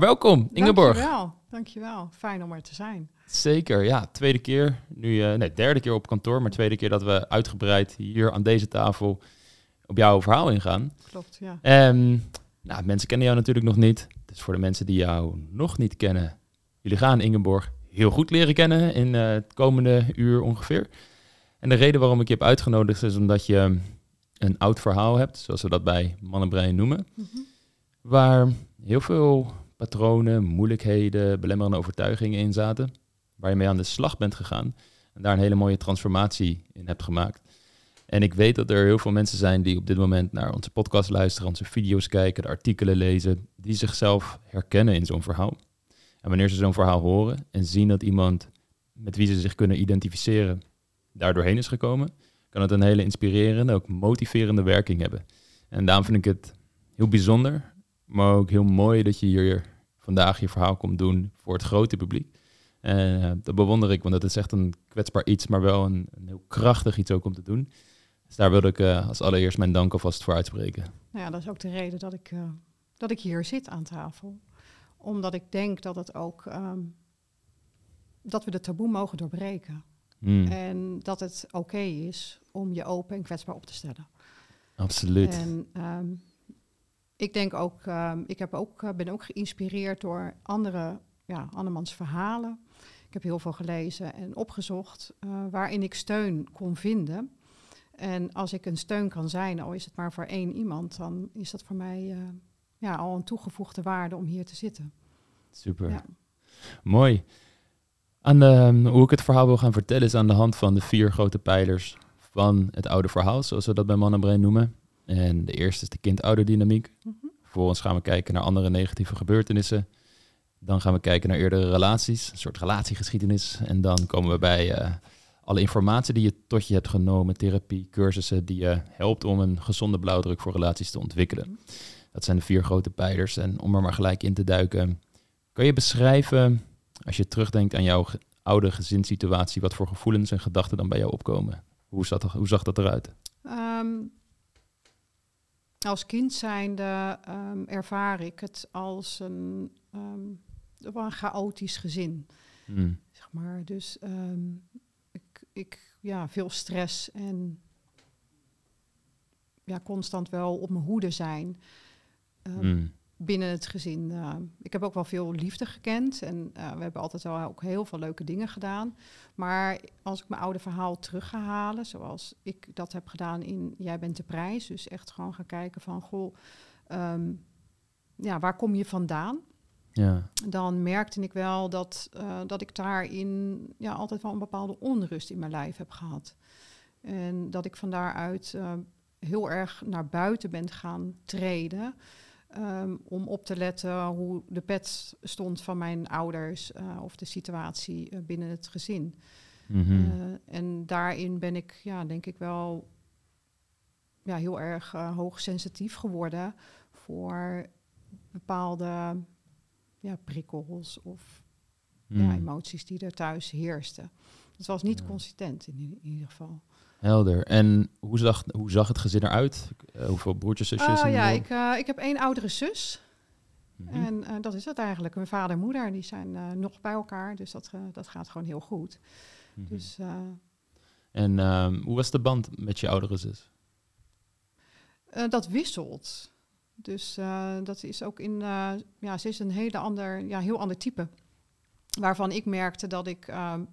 welkom Ingeborg. Dankjewel. Fijn om er te zijn. Zeker, ja. Tweede keer, derde keer op kantoor, maar tweede keer dat we uitgebreid hier aan deze tafel op jouw verhaal ingaan. Klopt, ja. Mensen kennen jou natuurlijk nog niet. Dus voor de mensen die jou nog niet kennen, jullie gaan Ingeborg heel goed leren kennen in het komende uur ongeveer. En de reden waarom ik je heb uitgenodigd is omdat je een oud verhaal hebt, zoals we dat bij Mannenbrein noemen, waar heel veel patronen, moeilijkheden, belemmerende overtuigingen in zaten, waar je mee aan de slag bent gegaan en daar een hele mooie transformatie in hebt gemaakt. En ik weet dat er heel veel mensen zijn die op dit moment naar onze podcast luisteren, onze video's kijken, de artikelen lezen, die zichzelf herkennen in zo'n verhaal. En wanneer ze zo'n verhaal horen en zien dat iemand met wie ze zich kunnen identificeren daar doorheen is gekomen, kan het een hele inspirerende, ook motiverende werking hebben. En daarom vind ik het heel bijzonder, maar ook heel mooi dat je hier vandaag je verhaal komt doen voor het grote publiek. En dat bewonder ik, want dat is echt een kwetsbaar iets, maar wel een heel krachtig iets ook om te doen. Dus daar wilde ik als allereerst mijn dank alvast voor uitspreken. Nou ja, dat is ook de reden dat ik hier zit aan tafel. Omdat ik denk dat het ook dat we de taboe mogen doorbreken. En dat het oké is om je open en kwetsbaar op te stellen. Absoluut. En ik denk ook, ben ook geïnspireerd door andermans verhalen. Ik heb heel veel gelezen en opgezocht waarin ik steun kon vinden. En als ik een steun kan zijn, al is het maar voor één iemand, dan is dat voor mij al een toegevoegde waarde om hier te zitten. Super. Ja. Mooi. Hoe ik het verhaal wil gaan vertellen is aan de hand van de 4 grote pijlers van het oude verhaal, zoals we dat bij Mannenbrein noemen. En de eerste is de kind-ouderdynamiek. Vervolgens gaan we kijken naar andere negatieve gebeurtenissen. Dan gaan we kijken naar eerdere relaties, een soort relatiegeschiedenis. En dan komen we bij alle informatie die je tot je hebt genomen, therapie, cursussen die je helpt om een gezonde blauwdruk voor relaties te ontwikkelen. Dat zijn de 4 grote pijlers. En om er maar gelijk in te duiken, kan je beschrijven, als je terugdenkt aan jouw oude gezinssituatie, wat voor gevoelens en gedachten dan bij jou opkomen? Hoe zag dat eruit? Als kind zijnde ervaar ik het als een chaotisch gezin. Zeg maar. Dus veel stress en constant wel op mijn hoede zijn binnen het gezin. Ik heb ook wel veel liefde gekend en we hebben altijd wel ook heel veel leuke dingen gedaan. Maar als ik mijn oude verhaal terug ga halen, zoals ik dat heb gedaan in Jij bent de prijs, dus echt gewoon gaan kijken van, waar kom je vandaan? Ja. Dan merkte ik wel dat ik daarin altijd wel een bepaalde onrust in mijn lijf heb gehad. En dat ik van daaruit heel erg naar buiten ben gaan treden. Om op te letten hoe de pet stond van mijn ouders of de situatie binnen het gezin. En daarin ben ik, denk ik wel, heel erg hoogsensitief geworden voor bepaalde prikkels of emoties die er thuis heersten. Het was niet consistent in ieder geval. Helder. En hoe zag het gezin eruit? Hoeveel broertjes, zusjes? Ik heb 1 oudere zus. En dat is het eigenlijk. Mijn vader en moeder die zijn nog bij elkaar. Dus dat gaat gewoon heel goed. Dus, en hoe was de band met je oudere zus? Dat wisselt. Dus dat is ook ze is een heel ander type. Waarvan ik merkte dat ik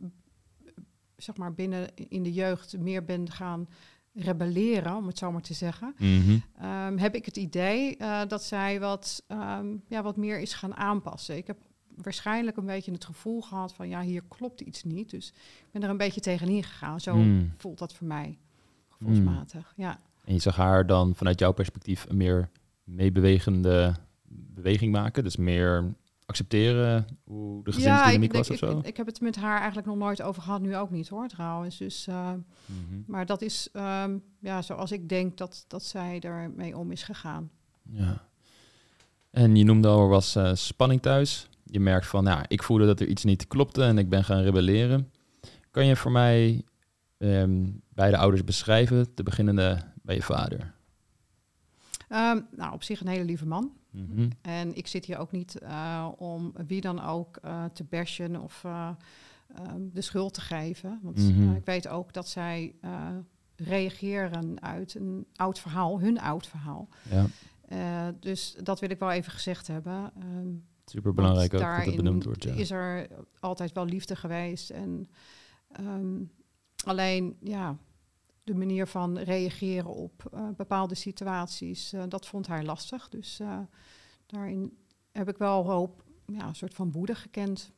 binnen in de jeugd meer ben gaan rebelleren, om het zo maar te zeggen. Heb ik het idee dat zij wat meer is gaan aanpassen. Ik heb waarschijnlijk een beetje het gevoel gehad van hier klopt iets niet. Dus ik ben er een beetje tegenin gegaan. Zo voelt dat voor mij, gevoelsmatig. Ja. En je zag haar dan vanuit jouw perspectief een meer meebewegende beweging maken? Dus meer accepteren hoe de gezinsdynamiek was of zo? Ik heb het met haar eigenlijk nog nooit over gehad, nu ook niet hoor trouwens. Dus, maar dat is zoals ik denk dat zij ermee om is gegaan. Ja. En je noemde al, er was spanning thuis. Je merkt van, ik voelde dat er iets niet klopte en ik ben gaan rebelleren. Kan je voor mij beide ouders beschrijven, te beginnende bij je vader? Op zich een hele lieve man. Mhm. En ik zit hier ook niet om wie dan ook te bashen of de schuld te geven. Want ik weet ook dat zij reageren uit een oud verhaal, hun oud verhaal. Ja. Dus dat wil ik wel even gezegd hebben. Super belangrijk ook dat het benoemd wordt. Ja. Is er altijd wel liefde geweest. En alleen, ja, de manier van reageren op bepaalde situaties, dat vond haar lastig. Dus daarin heb ik wel hoop, een soort van woede gekend.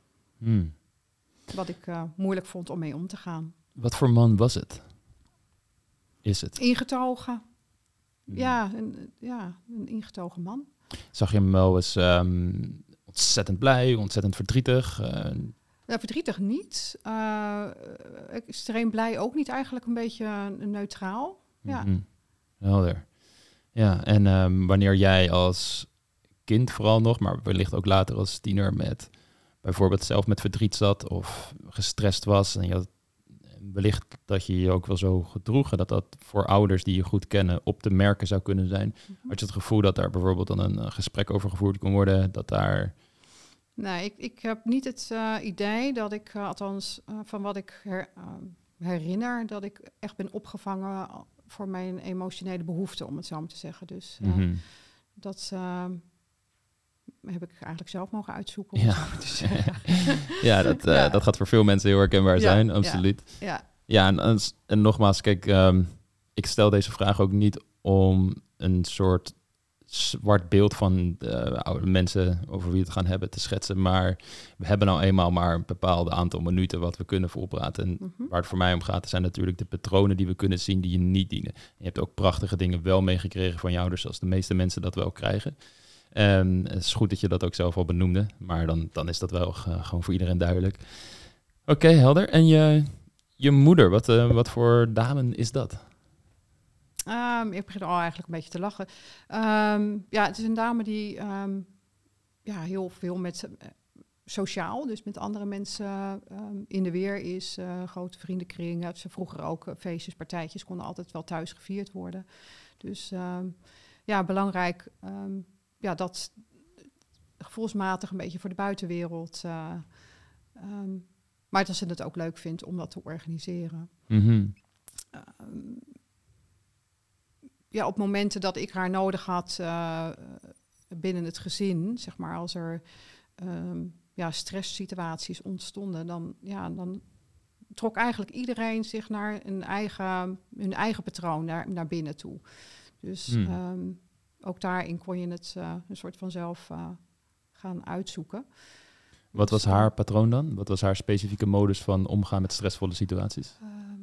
Wat ik moeilijk vond om mee om te gaan. Wat voor man was het? Is het? Ingetogen. Ja, een ingetogen man. Zag je hem wel eens ontzettend blij, ontzettend verdrietig? Verdrietig niet. Extreem blij ook niet. Eigenlijk een beetje neutraal. Ja. Helder. Ja, en wanneer jij als kind vooral nog, maar wellicht ook later als tiener met bijvoorbeeld zelf met verdriet zat of gestrest was en je had wellicht dat je je ook wel zo gedroeg, dat voor ouders die je goed kennen op te merken zou kunnen zijn. Had je het gevoel dat daar bijvoorbeeld dan een gesprek over gevoerd kon worden, dat daar... Nee, ik heb niet het idee dat ik, althans van wat ik herinner, dat ik echt ben opgevangen voor mijn emotionele behoeften, om het zo maar te zeggen. Dus dat heb ik eigenlijk zelf mogen uitzoeken. Om Ja, zo maar te zeggen. Dat gaat voor veel mensen heel herkenbaar zijn, absoluut. Ja, en nogmaals, kijk, ik stel deze vraag ook niet om een soort zwart beeld van de oude mensen over wie we het gaan hebben te schetsen, maar we hebben nou eenmaal maar een bepaald aantal minuten wat we kunnen volpraten. En waar het voor mij om gaat, zijn natuurlijk de patronen die we kunnen zien die je niet dienen. Je hebt ook prachtige dingen wel meegekregen van je ouders, zoals de meeste mensen dat wel krijgen. Het is goed dat je dat ook zelf al benoemde, maar dan is dat wel gewoon voor iedereen duidelijk. Oké, helder. En je moeder, wat voor dame is dat? Ik begin al eigenlijk een beetje te lachen. Het is een dame die heel veel met sociaal, dus met andere mensen in de weer is. Grote vriendenkring. Ze vroeger ook feestjes, partijtjes konden altijd wel thuis gevierd worden. Dus belangrijk dat gevoelsmatig een beetje voor de buitenwereld. Maar dat ze het ook leuk vindt om dat te organiseren. Op momenten dat ik haar nodig had binnen het gezin, zeg maar, als er stresssituaties ontstonden, dan trok eigenlijk iedereen zich naar hun eigen patroon naar binnen toe. Dus ook daarin kon je het een soort van zelf gaan uitzoeken. Wat was haar patroon dan? Wat was haar specifieke modus van omgaan met stressvolle situaties?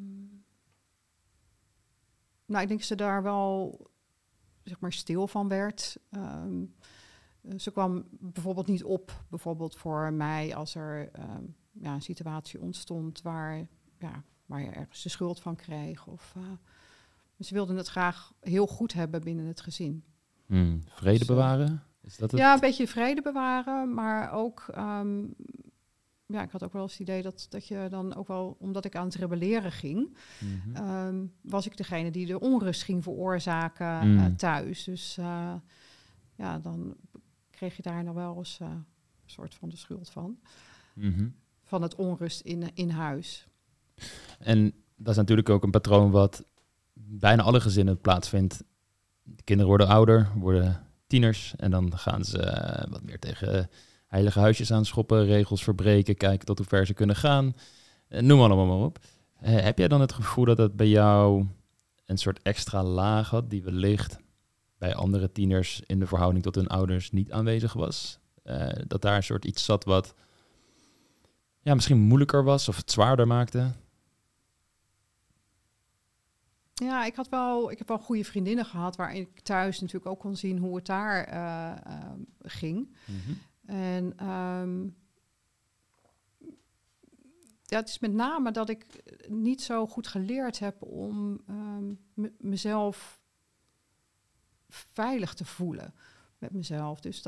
Ik denk dat ze daar wel, zeg maar, stil van werd. Ze kwam bijvoorbeeld niet op, bijvoorbeeld voor mij, als er een situatie ontstond waar je ergens de schuld van kreeg. Ze wilden het graag heel goed hebben binnen het gezin. Vrede bewaren? Is dat het? Ja, een beetje vrede bewaren, maar ook... ik had ook wel eens het idee dat je dan ook wel, omdat ik aan het rebelleren ging, was ik degene die de onrust ging veroorzaken thuis. Dus dan kreeg je daar nog wel eens een soort van de schuld van. Van het onrust in huis. En dat is natuurlijk ook een patroon wat bijna alle gezinnen plaatsvindt. De kinderen worden ouder, worden tieners en dan gaan ze wat meer tegen heilige huisjes aanschoppen, regels verbreken, kijken tot hoe ver ze kunnen gaan. Noem allemaal maar op. Heb jij dan het gevoel dat het bij jou een soort extra laag had die wellicht bij andere tieners in de verhouding tot hun ouders niet aanwezig was? Dat daar een soort iets zat wat misschien moeilijker was of het zwaarder maakte? Ja, ik heb wel goede vriendinnen gehad waarin ik thuis natuurlijk ook kon zien hoe het daar ging. En het is met name dat ik niet zo goed geleerd heb om mezelf veilig te voelen met mezelf. Dus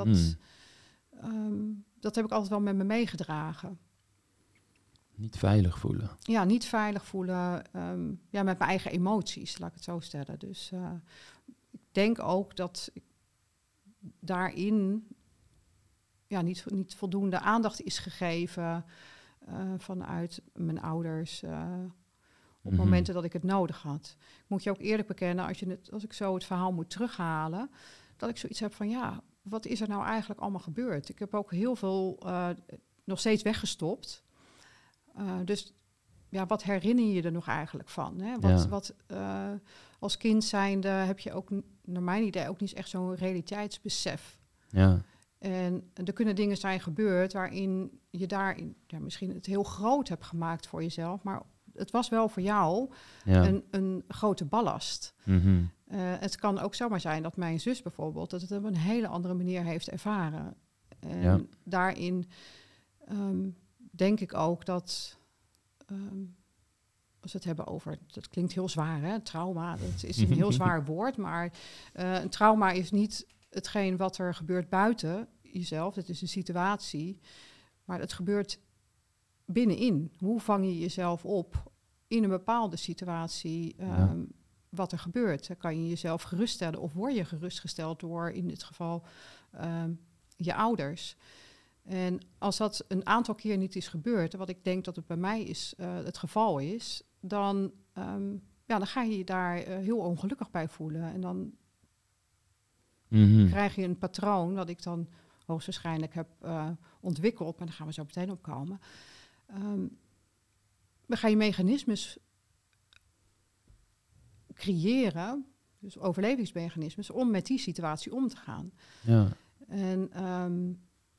dat heb ik altijd wel met me meegedragen. Niet veilig voelen? Ja, niet veilig voelen met mijn eigen emoties, laat ik het zo stellen. Dus ik denk ook dat daarin niet voldoende aandacht is gegeven vanuit mijn ouders op momenten dat ik het nodig had. Ik moet je ook eerlijk bekennen, als ik zo het verhaal moet terughalen, dat ik zoiets heb van wat is er nou eigenlijk allemaal gebeurd? Ik heb ook heel veel nog steeds weggestopt. Dus wat herinner je er nog eigenlijk van? Hè? Als kind zijnde heb je ook, naar mijn idee, ook niet echt zo'n realiteitsbesef. Ja. En er kunnen dingen zijn gebeurd waarin je daarin misschien het heel groot hebt gemaakt voor jezelf, maar het was wel voor jou een grote ballast. Mm-hmm. Het kan ook zomaar zijn dat mijn zus bijvoorbeeld dat het op een hele andere manier heeft ervaren. En daarin denk ik ook dat als we het hebben over, dat klinkt heel zwaar, hè? Trauma, dat is een heel zwaar woord, maar een trauma is niet hetgeen wat er gebeurt buiten jezelf. Het is een situatie, maar het gebeurt binnenin. Hoe vang je jezelf op in een bepaalde situatie wat er gebeurt? Dan kan je jezelf geruststellen of word je gerustgesteld door in dit geval je ouders. En als dat een aantal keer niet is gebeurd, wat ik denk dat het bij mij het geval is, dan ga je je daar heel ongelukkig bij voelen. En dan krijg je een patroon dat ik dan hoogstwaarschijnlijk heb ontwikkeld, maar daar gaan we zo meteen op komen. Dan ga je mechanismes creëren, dus overlevingsmechanismes, om met die situatie om te gaan. Ja. En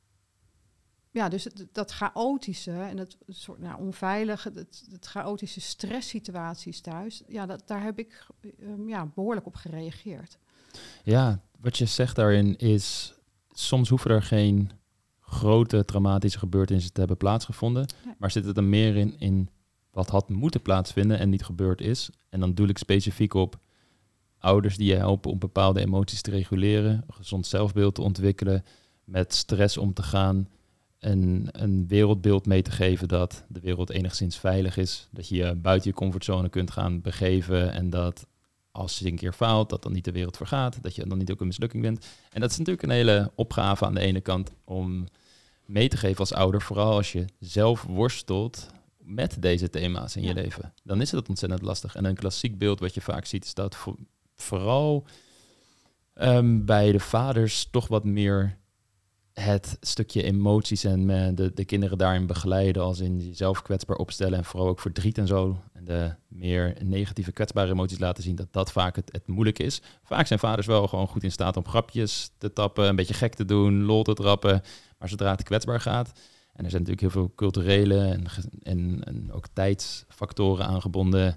dus dat chaotische en het soort onveilige, het chaotische stresssituaties thuis, daar heb ik behoorlijk op gereageerd. Ja, wat je zegt daarin is, soms hoeven er geen grote traumatische gebeurtenissen te hebben plaatsgevonden, maar zit het er meer in wat had moeten plaatsvinden en niet gebeurd is. En dan doe ik specifiek op ouders die je helpen om bepaalde emoties te reguleren, een gezond zelfbeeld te ontwikkelen, met stress om te gaan, een wereldbeeld mee te geven dat de wereld enigszins veilig is, dat je je buiten je comfortzone kunt gaan begeven en dat als je een keer faalt, dat dan niet de wereld vergaat, dat je dan niet ook een mislukking bent. En dat is natuurlijk een hele opgave aan de ene kant om mee te geven als ouder, vooral als je zelf worstelt met deze thema's in je leven. Dan is het ontzettend lastig. En een klassiek beeld wat je vaak ziet is dat vooral bij de vaders toch wat meer het stukje emoties en de kinderen daarin begeleiden, als in jezelf kwetsbaar opstellen en vooral ook verdriet en zo. En de meer negatieve kwetsbare emoties laten zien, dat vaak het moeilijk is. Vaak zijn vaders wel gewoon goed in staat om grapjes te tappen, een beetje gek te doen, lol te trappen. Maar zodra het kwetsbaar gaat, en er zijn natuurlijk heel veel culturele en ook tijdsfactoren aangebonden.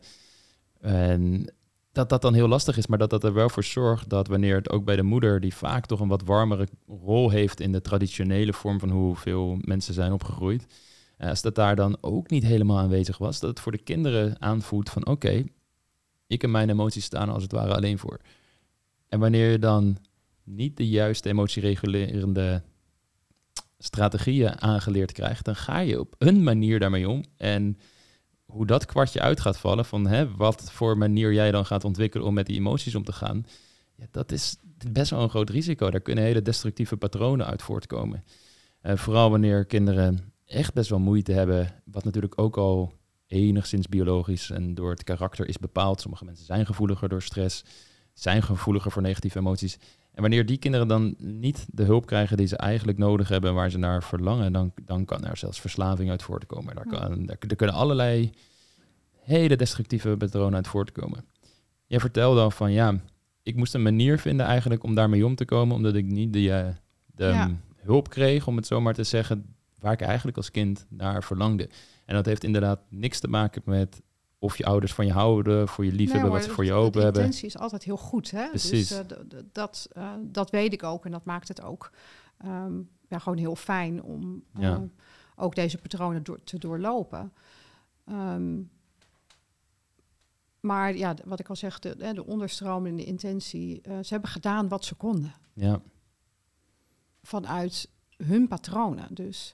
En dat dan heel lastig is, maar dat er wel voor zorgt dat wanneer het ook bij de moeder, die vaak toch een wat warmere rol heeft in de traditionele vorm van hoe veel mensen zijn opgegroeid, als dat daar dan ook niet helemaal aanwezig was, dat het voor de kinderen aanvoelt van oké, ik en mijn emoties staan als het ware alleen voor. En wanneer je dan niet de juiste emotieregulerende strategieën aangeleerd krijgt, dan ga je op een manier daarmee om. En hoe dat kwartje uit gaat vallen van wat voor manier jij dan gaat ontwikkelen om met die emoties om te gaan, dat is best wel een groot risico. Daar kunnen hele destructieve patronen uit voortkomen. Vooral wanneer kinderen echt best wel moeite hebben, wat natuurlijk ook al enigszins biologisch en door het karakter is bepaald. Sommige mensen zijn gevoeliger door stress, zijn gevoeliger voor negatieve emoties. En wanneer die kinderen dan niet de hulp krijgen die ze eigenlijk nodig hebben en waar ze naar verlangen, dan kan er zelfs verslaving uit voortkomen. Er kunnen allerlei hele destructieve patronen uit voortkomen. Jij vertelde al van ik moest een manier vinden eigenlijk om daarmee om te komen, omdat ik niet de hulp kreeg, om het zo maar te zeggen, waar ik eigenlijk als kind naar verlangde. En dat heeft inderdaad niks te maken met of je ouders van je houden, voor je lief hebben, wat ze voor je open hebben. De intentie is altijd heel goed, hè? Precies. Dus dat weet ik ook en dat maakt het ook gewoon heel fijn om ook deze patronen te doorlopen. Maar wat ik al zeg, de onderstroom en de intentie, ze hebben gedaan wat ze konden. Ja. Vanuit hun patronen. Dus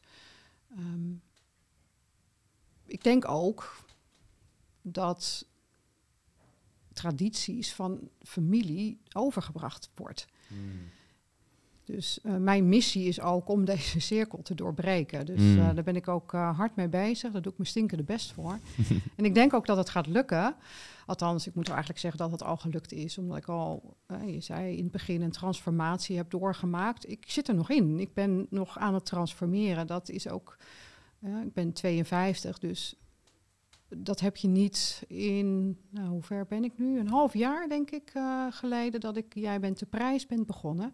ik denk ook dat tradities van familie overgebracht wordt. Dus mijn missie is ook om deze cirkel te doorbreken. Dus daar ben ik ook hard mee bezig. Daar doe ik mijn stinkende best voor. En ik denk ook dat het gaat lukken. Althans, ik moet wel eigenlijk zeggen dat het al gelukt is. Omdat ik al, je zei in het begin, een transformatie heb doorgemaakt. Ik zit er nog in. Ik ben nog aan het transformeren. Dat is ook... ik ben 52, dus dat heb je niet in... Nou, hoe ver ben ik nu? Een half jaar, denk ik, geleden dat ik Jij bent de prijs ben begonnen.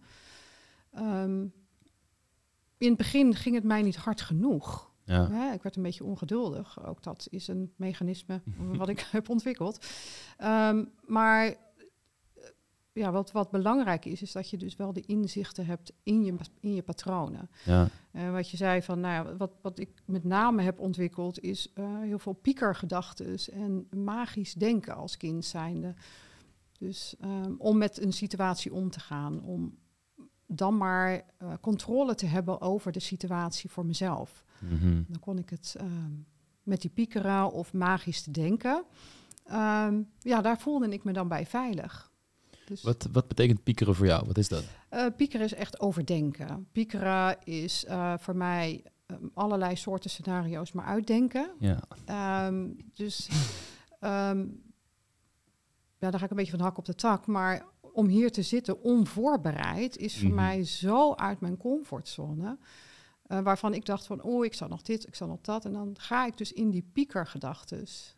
In het begin ging het mij niet hard genoeg. Ja, ik werd een beetje ongeduldig. Ook dat is een mechanisme wat ik heb ontwikkeld. Maar ja, wat belangrijk is dat je dus wel de inzichten hebt in je patronen. Ja. Wat je zei van, nou ja, wat ik met name heb ontwikkeld is heel veel piekergedachtes en magisch denken als kind zijnde. Dus om met een situatie om te gaan, om dan maar controle te hebben over de situatie voor mezelf. Mm-hmm. Dan kon ik het met die piekeren of magisch te denken. Daar voelde ik me dan bij veilig. Dus, wat betekent piekeren voor jou? Wat is dat? Piekeren is echt overdenken. Piekeren is voor mij allerlei soorten scenario's maar uitdenken. Ja. Daar ga ik een beetje van hak op de tak. Maar om hier te zitten onvoorbereid is voor mij zo uit mijn comfortzone. Waarvan ik dacht van, ik zal nog dit, ik zal nog dat. En dan ga ik dus in die piekergedachtes.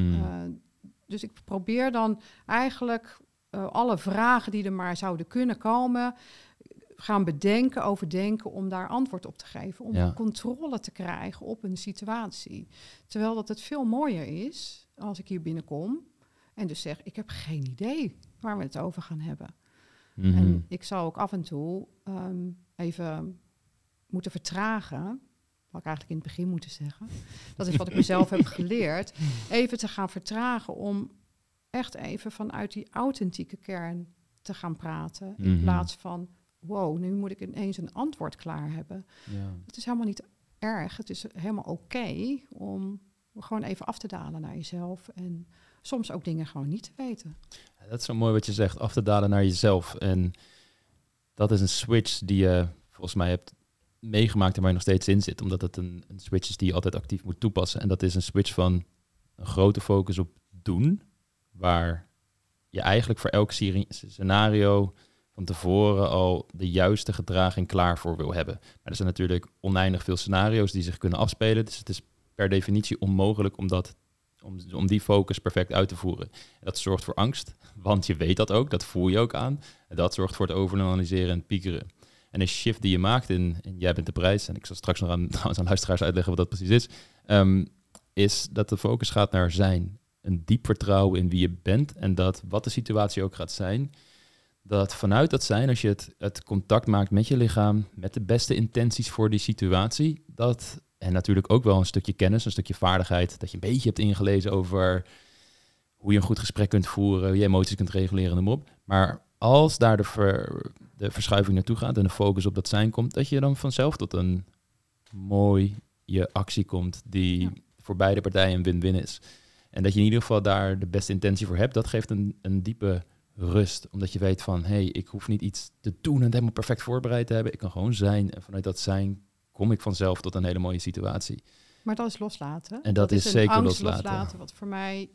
Dus ik probeer dan eigenlijk alle vragen die er maar zouden kunnen komen, gaan bedenken, overdenken om daar antwoord op te geven. Om controle te krijgen op een situatie. Terwijl dat het veel mooier is als ik hier binnenkom en dus zeg, ik heb geen idee waar we het over gaan hebben. Mm-hmm. En ik zou ook af en toe even moeten vertragen, wat ik eigenlijk in het begin moeten zeggen. Dat is wat ik mezelf heb geleerd. Even te gaan vertragen om echt even vanuit die authentieke kern te gaan praten. In plaats van, wow, nu moet ik ineens een antwoord klaar hebben. Ja. Het is helemaal niet erg. Het is helemaal oké om gewoon even af te dalen naar jezelf. En soms ook dingen gewoon niet te weten. Dat is zo mooi wat je zegt, af te dalen naar jezelf. En dat is een switch die je volgens mij hebt meegemaakt en waar je nog steeds in zit. Omdat het een switch is die je altijd actief moet toepassen. En dat is een switch van een grote focus op doen, waar je eigenlijk voor elk scenario van tevoren al de juiste gedraging klaar voor wil hebben. Maar er zijn natuurlijk oneindig veel scenario's die zich kunnen afspelen. Dus het is per definitie onmogelijk om die focus perfect uit te voeren. En dat zorgt voor angst, want je weet dat ook, dat voel je ook aan. En dat zorgt voor het overanalyseren en het piekeren. En een shift die je maakt in Jij bent de prijs, en ik zal straks nog aan luisteraars uitleggen wat dat precies is dat de focus gaat naar zijn. Een diep vertrouwen in wie je bent en dat wat de situatie ook gaat zijn, dat vanuit dat zijn, als je het contact maakt met je lichaam, met de beste intenties voor die situatie, en natuurlijk ook wel een stukje kennis, een stukje vaardigheid, dat je een beetje hebt ingelezen over hoe je een goed gesprek kunt voeren, hoe je emoties kunt reguleren en noem op. Maar als daar de verschuiving naartoe gaat en de focus op dat zijn komt, dat je dan vanzelf tot een mooie actie komt die voor beide partijen een win-win is. En dat je in ieder geval daar de beste intentie voor hebt, dat geeft een diepe rust. Omdat je weet van, ik hoef niet iets te doen en het helemaal perfect voorbereid te hebben. Ik kan gewoon zijn en vanuit dat zijn kom ik vanzelf tot een hele mooie situatie. Maar dat is loslaten. En dat is zeker loslaten. Wat voor mij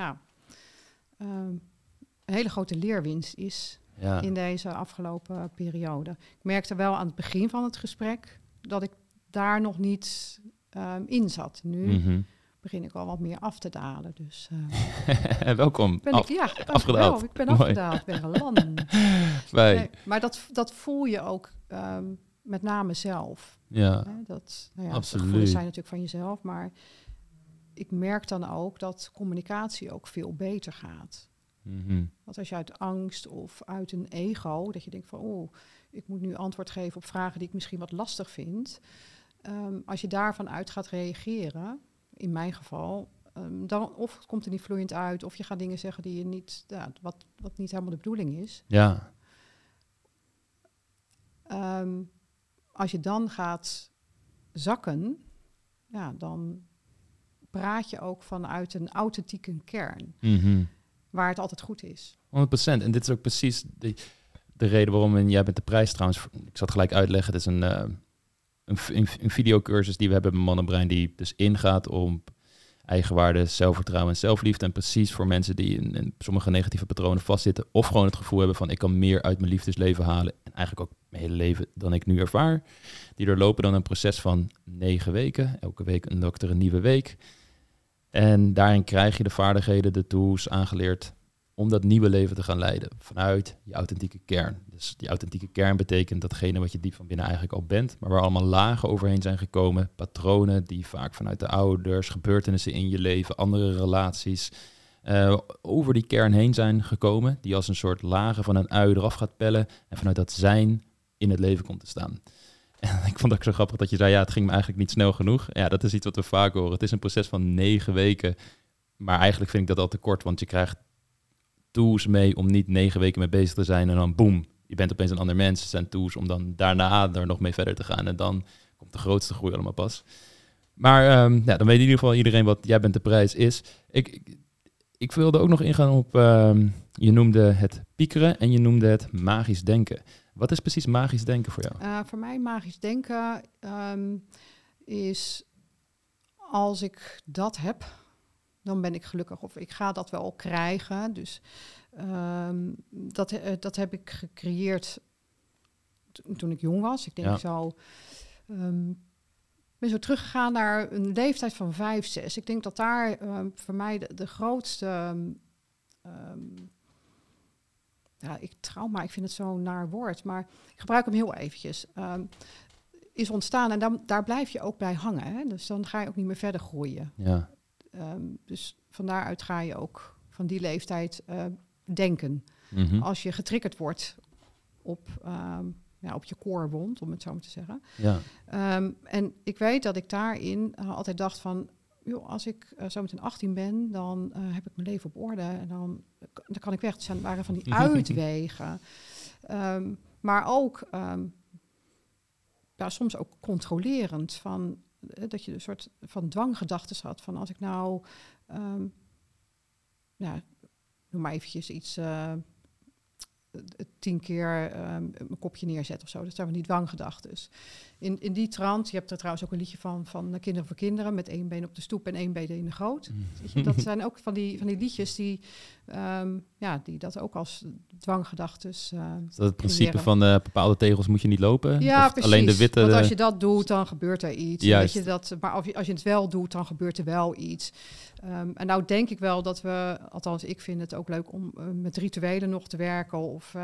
een hele grote leerwinst is in deze afgelopen periode. Ik merkte wel aan het begin van het gesprek dat ik daar nog niet in zat. Nu begin ik al wat meer af te dalen. Dus, welkom. Afgedaald. Ik ben afgedaald. Ik ben geland. Nee, maar dat voel je ook met name zelf. Ja, absoluut. De zijn natuurlijk van jezelf, maar ik merk dan ook dat communicatie ook veel beter gaat. Want als je uit angst of uit een ego, dat je denkt van, ik moet nu antwoord geven op vragen die ik misschien wat lastig vind. Als je daarvan uit gaat reageren, in mijn geval, dan of het komt er niet vloeiend uit, of je gaat dingen zeggen die je niet, wat niet helemaal de bedoeling is. Ja. Als je dan gaat zakken, dan praat je ook vanuit een authentieke kern, waar het altijd goed is. 100%. En dit is ook precies de reden waarom in Jij bent de prijs trouwens, ik zal het gelijk uitleggen, het is een videocursus die we hebben bij Mannenbrein die dus ingaat om eigenwaarde, zelfvertrouwen en zelfliefde. En precies voor mensen die in sommige negatieve patronen vastzitten of gewoon het gevoel hebben van ik kan meer uit mijn liefdesleven halen en eigenlijk ook mijn hele leven dan ik nu ervaar. Die doorlopen dan een proces van 9 weken. Elke week een dokter een nieuwe week. En daarin krijg je de vaardigheden, de tools aangeleerd om dat nieuwe leven te gaan leiden vanuit je authentieke kern. Dus die authentieke kern betekent datgene wat je diep van binnen eigenlijk al bent, maar waar allemaal lagen overheen zijn gekomen, patronen die vaak vanuit de ouders, gebeurtenissen in je leven, andere relaties, over die kern heen zijn gekomen, die als een soort lagen van een ui eraf gaat pellen en vanuit dat zijn in het leven komt te staan. En ik vond het ook zo grappig dat je zei, ja, het ging me eigenlijk niet snel genoeg. Ja, dat is iets wat we vaak horen. Het is een proces van 9 weken, maar eigenlijk vind ik dat al te kort, want je krijgt tools mee om niet 9 weken mee bezig te zijn en dan boem, je bent opeens een ander mens. Het zijn tools om dan daarna er nog mee verder te gaan en dan komt de grootste groei allemaal pas. Maar dan weet in ieder geval iedereen wat Jij bent de prijs is. Ik wilde ook nog ingaan op, je noemde het piekeren en je noemde het magisch denken. Wat is precies magisch denken voor jou? Voor mij magisch denken is als ik dat heb, dan ben ik gelukkig. Of ik ga dat wel krijgen. Dus dat heb ik gecreëerd toen ik jong was. Ik denk ben zo teruggegaan naar een leeftijd van 5, 6. Ik denk dat daar voor mij de grootste... trauma, ik vind het zo'n naar woord, maar ik gebruik hem heel eventjes. Is ontstaan en daar blijf je ook bij hangen. Hè? Dus dan ga je ook niet meer verder groeien. Ja. Dus van daaruit ga je ook van die leeftijd denken. Mm-hmm. Als je getriggerd wordt op je koorwond, om het zo maar te zeggen. Ja. En ik weet dat ik daarin altijd dacht van, joh, als ik zo meteen 18 ben, dan heb ik mijn leven op orde en dan kan ik weg. Dus dat waren van die uitwegen. Maar ook soms ook controlerend van dat je een soort van dwanggedachten had van als ik nou noem maar eventjes iets 10 keer mijn kopje neerzet of zo. Dat zijn van die dwanggedachten. In die trant, je hebt er trouwens ook een liedje van Kinderen voor Kinderen met 1 been op de stoep en 1 been in de goot. Dat zijn ook van die liedjes die dat ook als dwanggedachten. Is dat het principe van bepaalde tegels moet je niet lopen? Ja, of precies. Alleen de witte. Want als je dat doet, dan gebeurt er iets. Juist. Maar als je het wel doet, dan gebeurt er wel iets. En nou denk ik wel dat we, althans ik vind het ook leuk om met rituelen nog te werken. Of,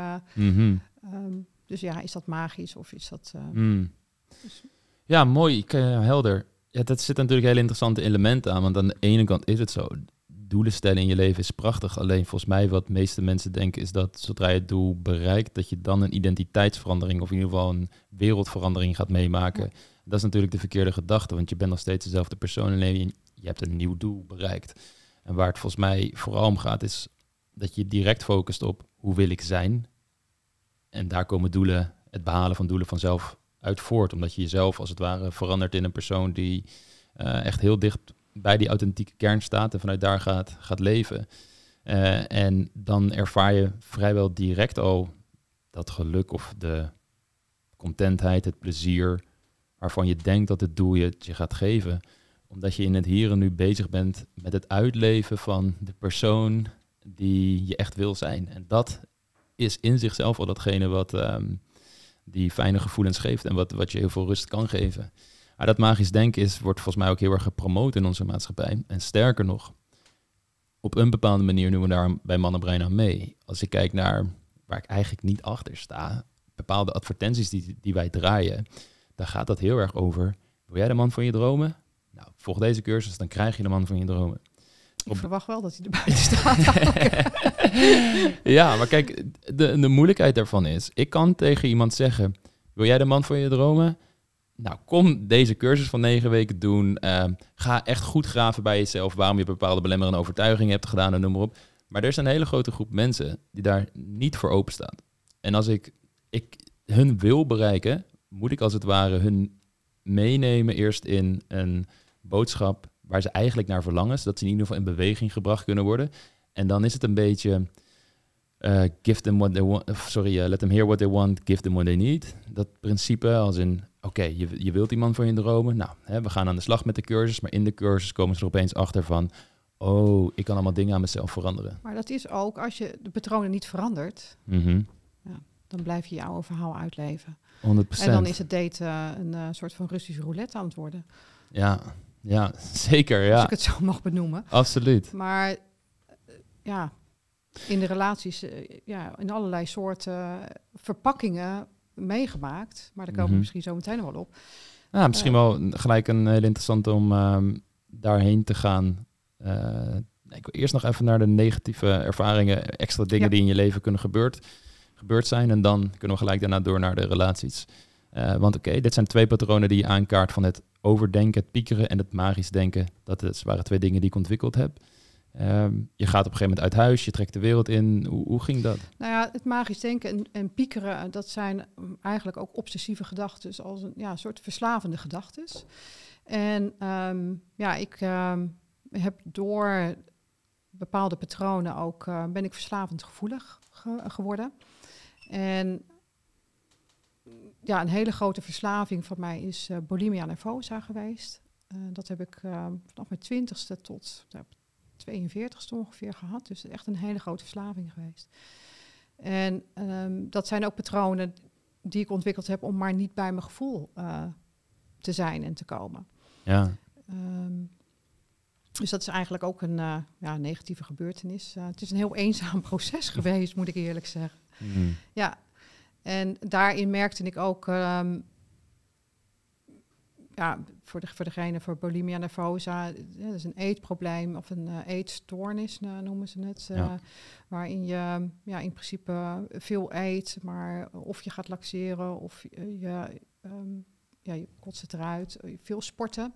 dus ja, is dat magisch of is dat... Dus... Ja, mooi. Helder. Ja, dat zit natuurlijk hele interessante elementen aan. Want aan de ene kant is het zo. Doelen stellen in je leven is prachtig. Alleen volgens mij wat de meeste mensen denken is dat zodra je het doel bereikt, dat je dan een identiteitsverandering of in ieder geval een wereldverandering gaat meemaken. Ja. Dat is natuurlijk de verkeerde gedachte. Want je bent nog steeds dezelfde persoon en je hebt een nieuw doel bereikt. En waar het volgens mij vooral om gaat is dat je direct focust op hoe wil ik zijn. En daar komen doelen, het behalen van doelen vanzelf uit voort. Omdat je jezelf als het ware verandert in een persoon die echt heel dicht bij die authentieke kern staat en vanuit daar gaat leven. En dan ervaar je vrijwel direct al dat geluk of de contentheid, het plezier waarvan je denkt dat het doel je gaat geven. Omdat je in het hier en nu bezig bent met het uitleven van de persoon die je echt wil zijn. En dat is in zichzelf al datgene wat die fijne gevoelens geeft en wat je heel veel rust kan geven. Maar dat magisch denken wordt volgens mij ook heel erg gepromoot in onze maatschappij. En sterker nog, op een bepaalde manier doen we daar bij Mannenbrein aan mee. Als ik kijk naar waar ik eigenlijk niet achter sta, bepaalde advertenties die wij draaien, daar gaat dat heel erg over. Wil jij de man van je dromen? Nou, volg deze cursus, dan krijg je de man van je dromen. Ik verwacht wel dat hij erbij staat. Ja, maar kijk, de moeilijkheid daarvan is, ik kan tegen iemand zeggen, wil jij de man van je dromen? Nou, kom deze cursus van 9 weken doen. Ga echt goed graven bij jezelf waarom je bepaalde belemmerende overtuigingen hebt gedaan en noem maar op. Maar er is een hele grote groep mensen die daar niet voor open staat. En als ik hun wil bereiken, moet ik als het ware hun meenemen eerst in een boodschap waar ze eigenlijk naar verlangen, zodat ze in ieder geval in beweging gebracht kunnen worden. En dan is het een beetje let them hear what they want, give them what they need. Dat principe als in, oké, je wilt die man voor je dromen. Nou, we gaan aan de slag met de cursus, maar in de cursus komen ze er opeens achter van, oh, ik kan allemaal dingen aan mezelf veranderen. Maar dat is ook, als je de patronen niet verandert, dan blijf je je oude verhaal uitleven. 100%. En dan is het daten een soort van Russische roulette aan het worden. Ja, zeker. Ja. Als ik het zo mag benoemen. Absoluut. Maar in de relaties, in allerlei soorten verpakkingen meegemaakt. Maar daar komen we misschien zo meteen nog wel op. Ja, misschien wel gelijk een heel interessante om daarheen te gaan. Ik wil eerst nog even naar de negatieve ervaringen, extra dingen die in je leven kunnen gebeurd zijn. En dan kunnen we gelijk daarna door naar de relaties. Want dit zijn 2 patronen die je aankaart van het overdenken, het piekeren en het magisch denken. Dat waren 2 dingen die ik ontwikkeld heb. Je gaat op een gegeven moment uit huis, je trekt de wereld in. Hoe ging dat? Nou ja, het magisch denken en piekeren, dat zijn eigenlijk ook obsessieve gedachten, als een soort verslavende gedachten. En ik heb door bepaalde patronen ook, ben ik verslavend gevoelig geworden. En een hele grote verslaving van mij is bulimia nervosa geweest. Dat heb ik vanaf mijn 20ste tot 42ste ongeveer gehad. Dus echt een hele grote verslaving geweest. En dat zijn ook patronen die ik ontwikkeld heb om maar niet bij mijn gevoel te zijn en te komen. Ja. Dus dat is eigenlijk ook een negatieve gebeurtenis. Het is een heel eenzaam proces geweest, moet ik eerlijk zeggen. Ja, en daarin merkte ik ook, voor bulimia nervosa, dat is een eetprobleem of een eetstoornis, noemen ze het. Waarin je in principe veel eet, maar of je gaat laxeren of je kotst het eruit, veel sporten.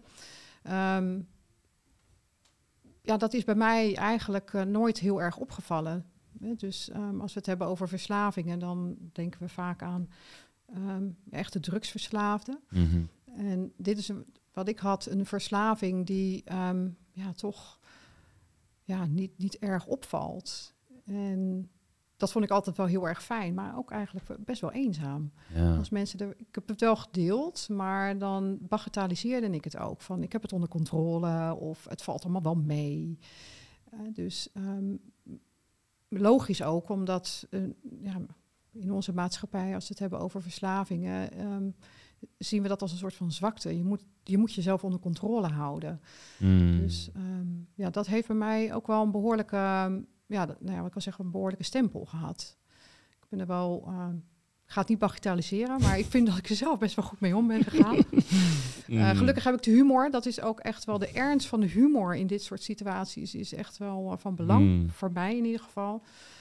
Dat is bij mij eigenlijk nooit heel erg opgevallen. Dus als we het hebben over verslavingen, dan denken we vaak aan echte drugsverslaafden. Mm-hmm. En dit is wat ik had, een verslaving die toch niet erg opvalt. En dat vond ik altijd wel heel erg fijn, maar ook eigenlijk best wel eenzaam. Ja. Als mensen ik heb het wel gedeeld, maar dan bagatelliseerde ik het ook. Van ik heb het onder controle of het valt allemaal wel mee. Dus logisch ook, omdat in onze maatschappij, als we het hebben over verslavingen, zien we dat als een soort van zwakte. Je moet jezelf onder controle houden. Dus dat heeft bij mij ook wel een behoorlijke, wat ik kan zeggen, een behoorlijke stempel gehad. Ik ben er wel, ik ga het niet bagatelliseren, maar ik vind dat ik er zelf best wel goed mee om ben gegaan. Gelukkig heb ik de humor. Dat is ook echt wel de ernst van de humor in dit soort situaties is echt wel van belang, voor mij in ieder geval.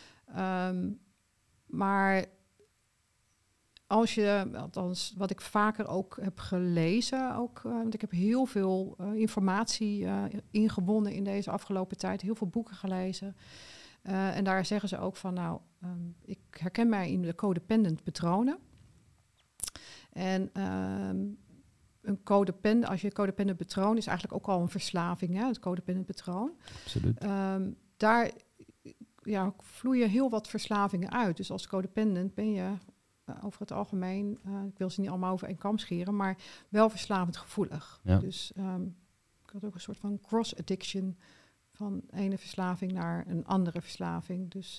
Maar als je, althans wat ik vaker ook heb gelezen, want ik heb heel veel informatie ingewonnen in deze afgelopen tijd, heel veel boeken gelezen. En daar zeggen ze ook van, ik herken mij in de codependent patronen. En als je codependent patroon is eigenlijk ook al een verslaving, hè, het codependent patroon. Absoluut. Daar vloeien heel wat verslavingen uit. Dus als codependent ben je over het algemeen, ik wil ze niet allemaal over één kam scheren, maar wel verslavend gevoelig. Ja. Dus ik had ook een soort van cross-addiction van ene verslaving naar een andere verslaving. Dus,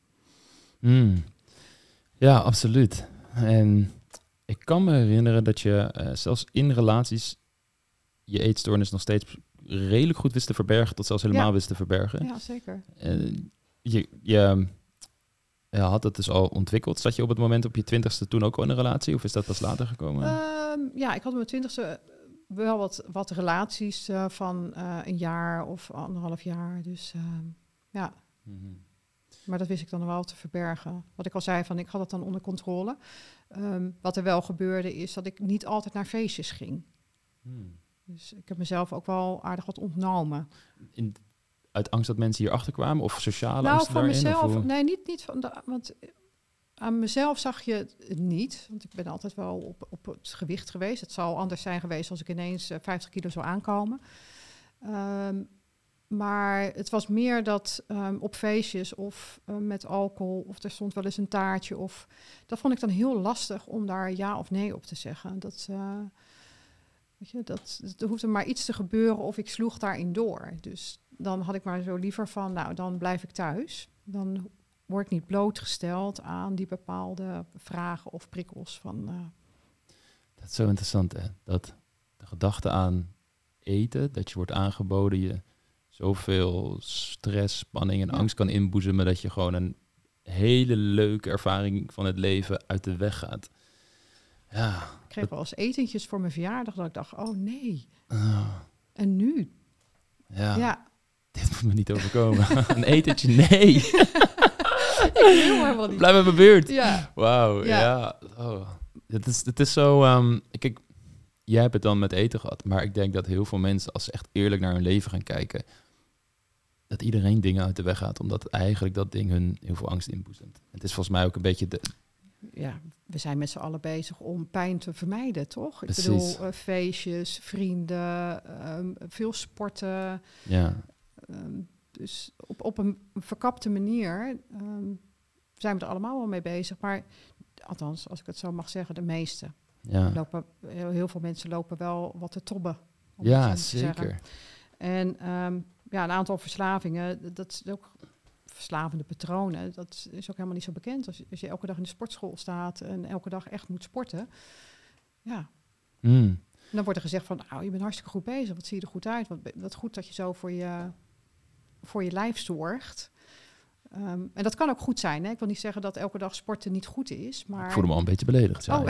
Ja, absoluut. En ik kan me herinneren dat je zelfs in relaties je eetstoornis nog steeds redelijk goed wist te verbergen, tot zelfs helemaal wist te verbergen. Ja, zeker. Je had het dus al ontwikkeld. Zat je op het moment op je 20ste toen ook al in een relatie? Of is dat pas later gekomen? Ik had op mijn 20ste wel wat relaties van een jaar of 1,5 jaar. Dus ja. Mm-hmm. Maar dat wist ik dan wel te verbergen. Wat ik al zei, ik had het dan onder controle. Wat er wel gebeurde is dat ik niet altijd naar feestjes ging. Dus ik heb mezelf ook wel aardig wat ontnomen. Uit angst dat mensen hierachter kwamen? Of sociale angst voor daarin? mezelf. Nee, niet van want aan mezelf zag je het niet. Want ik ben altijd wel op het gewicht geweest. Het zou anders zijn geweest als ik ineens 50 kilo zou aankomen. Maar het was meer dat op feestjes of met alcohol... of er stond wel eens een taartje. Of dat vond ik dan heel lastig om daar ja of nee op te zeggen. Weet je, er hoefde maar iets te gebeuren of ik sloeg daarin door. Dus dan had ik maar zo liever van, nou, dan blijf ik thuis. Dan word ik niet blootgesteld aan die bepaalde vragen of prikkels van... Dat is zo interessant, hè? Dat de gedachte aan eten, dat je wordt aangeboden, je zoveel stress, spanning en angst kan inboezemen, dat je gewoon een hele leuke ervaring van het leven uit de weg gaat. Ja. Ik kreeg wel eens etentjes voor mijn verjaardag, dat ik dacht, oh nee. Oh. En nu? Ja. Dit moet me niet overkomen. Een etentje, nee. Ik wil helemaal niet. Blijf bij mijn buurt. Ja. Wauw, ja. Oh. Het is zo... Kijk, jij hebt het dan met eten gehad, maar ik denk dat heel veel mensen, als ze echt eerlijk naar hun leven gaan kijken, dat iedereen dingen uit de weg gaat, omdat eigenlijk dat ding hun heel veel angst inboezemt. Het is volgens mij ook een beetje Ja, we zijn met z'n allen bezig om pijn te vermijden, toch? Precies. Ik bedoel, feestjes, vrienden, veel sporten. Ja. Dus op een verkapte manier zijn we er allemaal wel mee bezig. Maar althans, als ik het zo mag zeggen, de meeste. Ja, Heel veel mensen lopen wel wat te tobben. om ja het zo te zeker. zeggen. En een aantal verslavingen, dat is ook verslavende patronen. Dat is ook helemaal niet zo bekend. Als je elke dag in de sportschool staat en elke dag echt moet sporten. Ja. Dan wordt er gezegd van, nou, je bent hartstikke goed bezig. Wat zie je er goed uit? Wat goed dat je zo voor je lijf zorgt. En dat kan ook goed zijn. Hè? Ik wil niet zeggen dat elke dag sporten niet goed is. Maar... Ik voelde me al een beetje beledigd. Ja.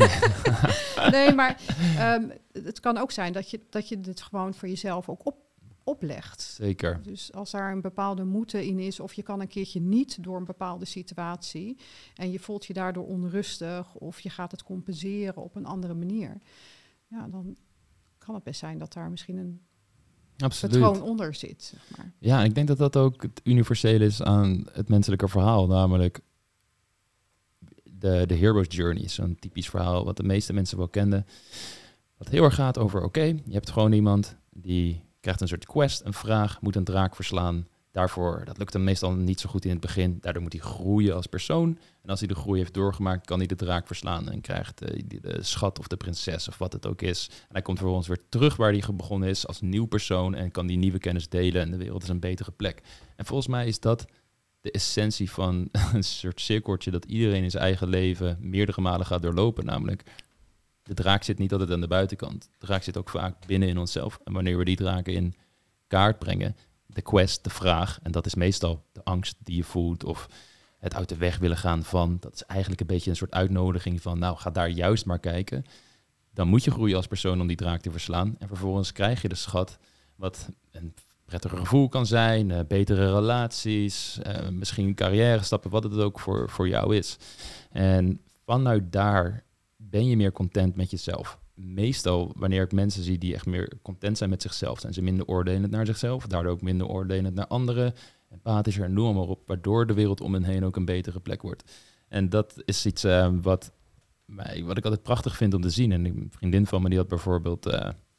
Nee, maar het kan ook zijn dat je dit gewoon voor jezelf ook oplegt. Zeker. Dus als daar een bepaalde moeite in is, of je kan een keertje niet door een bepaalde situatie en je voelt je daardoor onrustig of je gaat het compenseren op een andere manier. Ja, dan kan het best zijn dat daar misschien een patroon onder zit. Zeg maar. Ja, en ik denk dat dat ook het universele is aan het menselijke verhaal, namelijk de hero's journey is zo'n typisch verhaal wat de meeste mensen wel kenden. Wat heel erg gaat over, oké, je hebt gewoon iemand die krijgt een soort quest, een vraag, moet een draak verslaan. Daarvoor, dat lukt hem meestal niet zo goed in het begin. Daardoor moet hij groeien als persoon. En als hij de groei heeft doorgemaakt, kan hij de draak verslaan. En krijgt de schat of de prinses of wat het ook is. En hij komt vervolgens weer terug waar hij begonnen is als nieuw persoon. En kan die nieuwe kennis delen. En de wereld is een betere plek. En volgens mij is dat de essentie van een soort cirkeltje dat iedereen in zijn eigen leven meerdere malen gaat doorlopen. Namelijk, de draak zit niet altijd aan de buitenkant. De draak zit ook vaak binnen in onszelf. En wanneer we die draken in kaart brengen, de quest, de vraag, en dat is meestal de angst die je voelt of het uit de weg willen gaan van, dat is eigenlijk een beetje een soort uitnodiging van, nou, ga daar juist maar kijken. Dan moet je groeien als persoon om die draak te verslaan. En vervolgens krijg je de schat, wat een prettiger gevoel kan zijn, betere relaties, misschien carrière stappen, wat het ook voor jou is. En vanuit daar ben je meer content met jezelf. Meestal, wanneer ik mensen zie die echt meer content zijn met zichzelf, zijn ze minder oordelend naar zichzelf, daardoor ook minder oordelend naar anderen, empathischer en noem maar op, waardoor de wereld om hen heen ook een betere plek wordt. En dat is iets wat ik altijd prachtig vind om te zien. En een vriendin van me die had bijvoorbeeld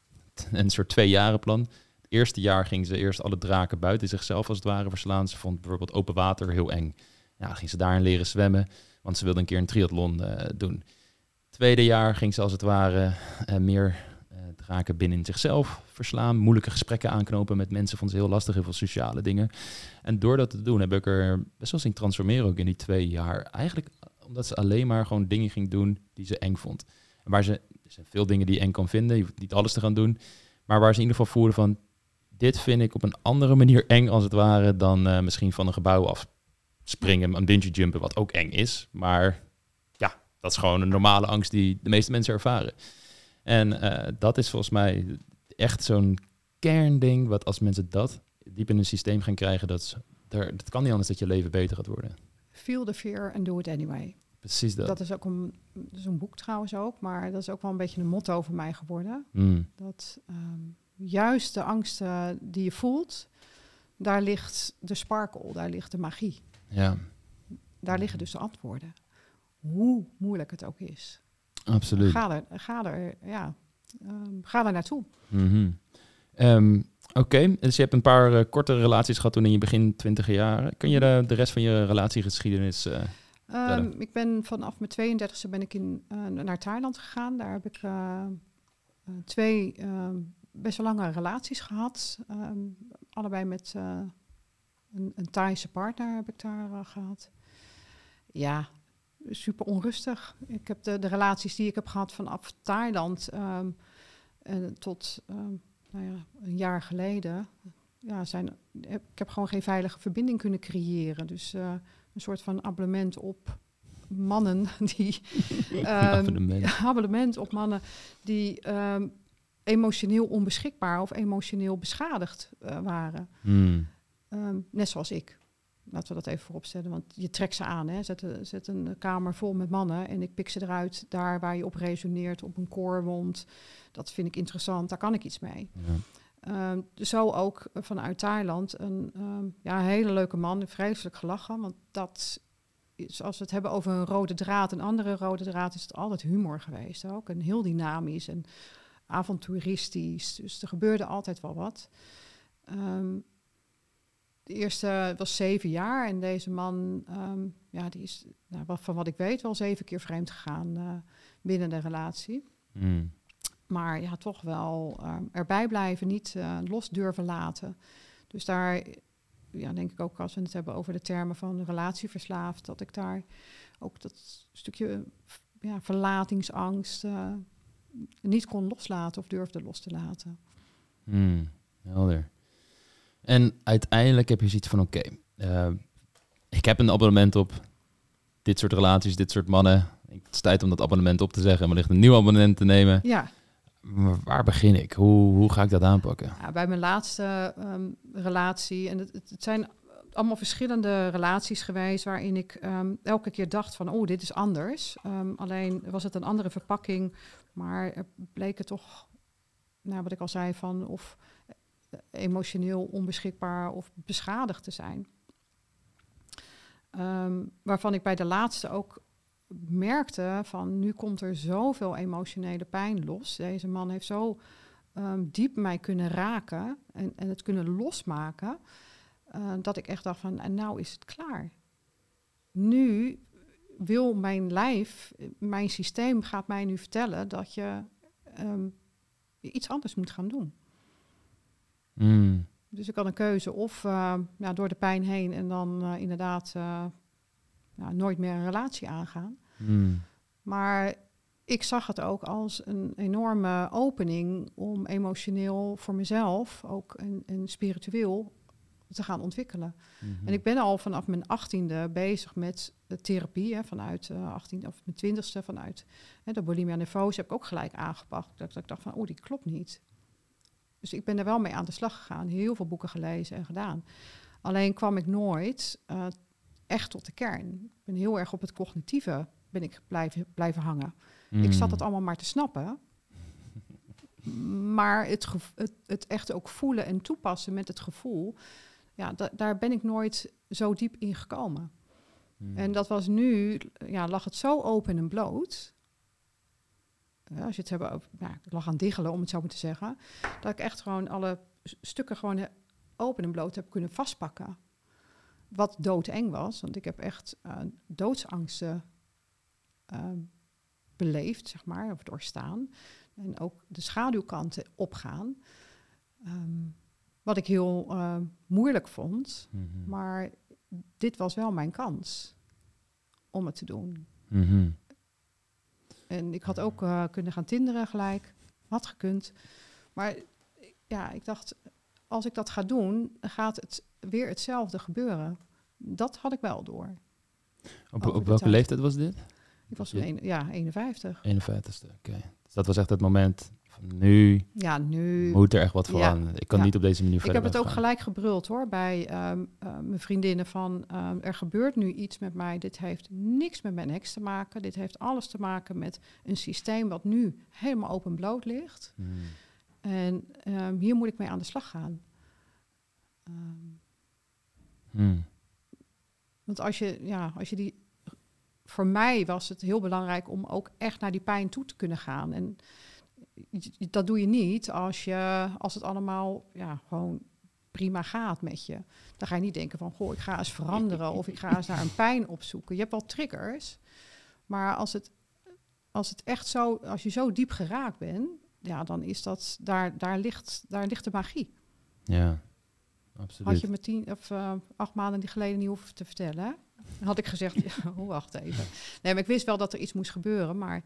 een soort 2-jarenplan. Het eerste jaar ging ze eerst alle draken buiten zichzelf als het ware verslaan. Ze vond bijvoorbeeld open water heel eng. Ja, dan ging ze daarin leren zwemmen, want ze wilde een keer een triathlon doen. Tweede jaar ging ze als het ware meer draken binnen zichzelf verslaan. Moeilijke gesprekken aanknopen met mensen vond ze heel lastig. Heel veel sociale dingen. En door dat te doen heb ik er best wel zien transformeren ook in die 2 jaar. Eigenlijk omdat ze alleen maar gewoon dingen ging doen die ze eng vond. En er zijn veel dingen die je eng kan vinden. Je hoeft niet alles te gaan doen. Maar waar ze in ieder geval voelden van, dit vind ik op een andere manier eng als het ware dan misschien van een gebouw afspringen, een bungee jumpen, wat ook eng is. Maar dat is gewoon een normale angst die de meeste mensen ervaren. En dat is volgens mij echt zo'n kernding, wat als mensen dat diep in hun systeem gaan krijgen, dat kan niet anders dat je leven beter gaat worden. Feel the fear and do it anyway. Precies dat. Dat is ook zo'n boek trouwens ook, maar dat is ook wel een beetje een motto voor mij geworden. Dat juist de angsten die je voelt, daar ligt de sparkle, daar ligt de magie. Ja. Daar liggen dus de antwoorden. Hoe moeilijk het ook is. Absoluut. Ga er naartoe. Oké, dus je hebt een paar korte relaties gehad toen in je begin 20 jaren. Kun je de rest van je relatiegeschiedenis ik ben vanaf mijn 32e ben ik naar Thailand gegaan. Daar heb ik 2 best wel lange relaties gehad. Allebei met een Thaise partner heb ik daar gehad. Ja, super onrustig. Ik heb de relaties die ik heb gehad vanaf Thailand tot een jaar geleden. Ja, ik heb gewoon geen veilige verbinding kunnen creëren. Dus een soort van abonnement op mannen die... abonnement op mannen die emotioneel onbeschikbaar of emotioneel beschadigd waren. Net zoals ik. Laten we dat even vooropstellen, want je trekt ze aan. Hè. Zet een kamer vol met mannen en ik pik ze eruit daar waar je op resoneert, op een koorwond. Dat vind ik interessant, daar kan ik iets mee. Ja. Zo ook vanuit Thailand een hele leuke man, vreselijk gelachen. Want dat is, als we het hebben over een rode draad, een andere rode draad, is het altijd humor geweest ook. En heel dynamisch en avonturistisch. Dus er gebeurde altijd wel wat. De eerste was 7 jaar en deze man, die is, van wat ik weet, wel 7 keer vreemd gegaan binnen de relatie. Maar ja, toch wel erbij blijven, niet los durven laten. Dus daar, denk ik ook als we het hebben over de termen van relatieverslaafd, dat ik daar ook dat stukje verlatingsangst niet kon loslaten of durfde los te laten. Helder. En uiteindelijk heb je zoiets van, ik heb een abonnement op dit soort relaties, dit soort mannen. Het is tijd om dat abonnement op te zeggen en wellicht een nieuw abonnement te nemen. Ja. Maar waar begin ik? Hoe ga ik dat aanpakken? Ja, bij mijn laatste relatie, en het zijn allemaal verschillende relaties geweest waarin ik elke keer dacht van, dit is anders. Alleen was het een andere verpakking, maar er bleken toch, wat ik al zei, van of emotioneel onbeschikbaar of beschadigd te zijn. Waarvan ik bij de laatste ook merkte van, nu komt er zoveel emotionele pijn los. Deze man heeft zo diep mij kunnen raken en het kunnen losmaken, dat ik echt dacht van, en nou is het klaar. Nu wil mijn lijf, mijn systeem gaat mij nu vertellen dat je iets anders moet gaan doen. Dus ik had een keuze of door de pijn heen en dan inderdaad nooit meer een relatie aangaan. Maar ik zag het ook als een enorme opening om emotioneel voor mezelf ook en spiritueel te gaan ontwikkelen. En ik ben al vanaf mijn 18e bezig met de therapie, vanuit 18 of mijn 20e, vanuit de bulimia nervosa heb ik ook gelijk aangepakt. Dat ik dacht van, die klopt niet. Dus ik ben er wel mee aan de slag gegaan. Heel veel boeken gelezen en gedaan. Alleen kwam ik nooit echt tot de kern. Ik ben heel erg op het cognitieve blijven hangen. Ik zat het allemaal maar te snappen. Maar het echt ook voelen en toepassen met het gevoel, daar ben ik nooit zo diep in gekomen. En dat was nu, lag het zo open en bloot. Als je het hebben over, ik lag aan het diggelen, om het zo maar te zeggen, dat ik echt gewoon alle stukken gewoon open en bloot heb kunnen vastpakken. Wat doodeng was, want ik heb echt doodsangsten beleefd, zeg maar, of doorstaan. En ook de schaduwkanten opgaan. Wat ik heel moeilijk vond. Maar dit was wel mijn kans om het te doen. En ik had ook kunnen gaan tinderen gelijk. Had gekund. Maar ik dacht, als ik dat ga doen, gaat het weer hetzelfde gebeuren. Dat had ik wel door. Op welke leeftijd was dit? Ik was 51. 51ste, oké. Dus dat was echt het moment van nu moet er echt wat veranderen. Ik kan niet op deze manier verder. Ik heb het ook gelijk gebruld hoor, bij mijn vriendinnen van, er gebeurt nu iets met mij. Dit heeft niks met mijn ex te maken. Dit heeft alles te maken met een systeem wat nu helemaal openbloot ligt. En hier moet ik mee aan de slag gaan. Want als je die... Voor mij was het heel belangrijk om ook echt naar die pijn toe te kunnen gaan. En dat doe je niet als het allemaal gewoon prima gaat met je. Dan ga je niet denken van, goh, ik ga eens veranderen of ik ga eens naar een pijn opzoeken. Je hebt wel triggers, maar als het echt zo, als je zo diep geraakt bent, ja, dan is dat, daar ligt de magie. Ja, absoluut. Had je me 10 of 8 maanden geleden niet hoeven te vertellen, hè? Dan had ik gezegd, wacht even. Nee, maar ik wist wel dat er iets moest gebeuren, maar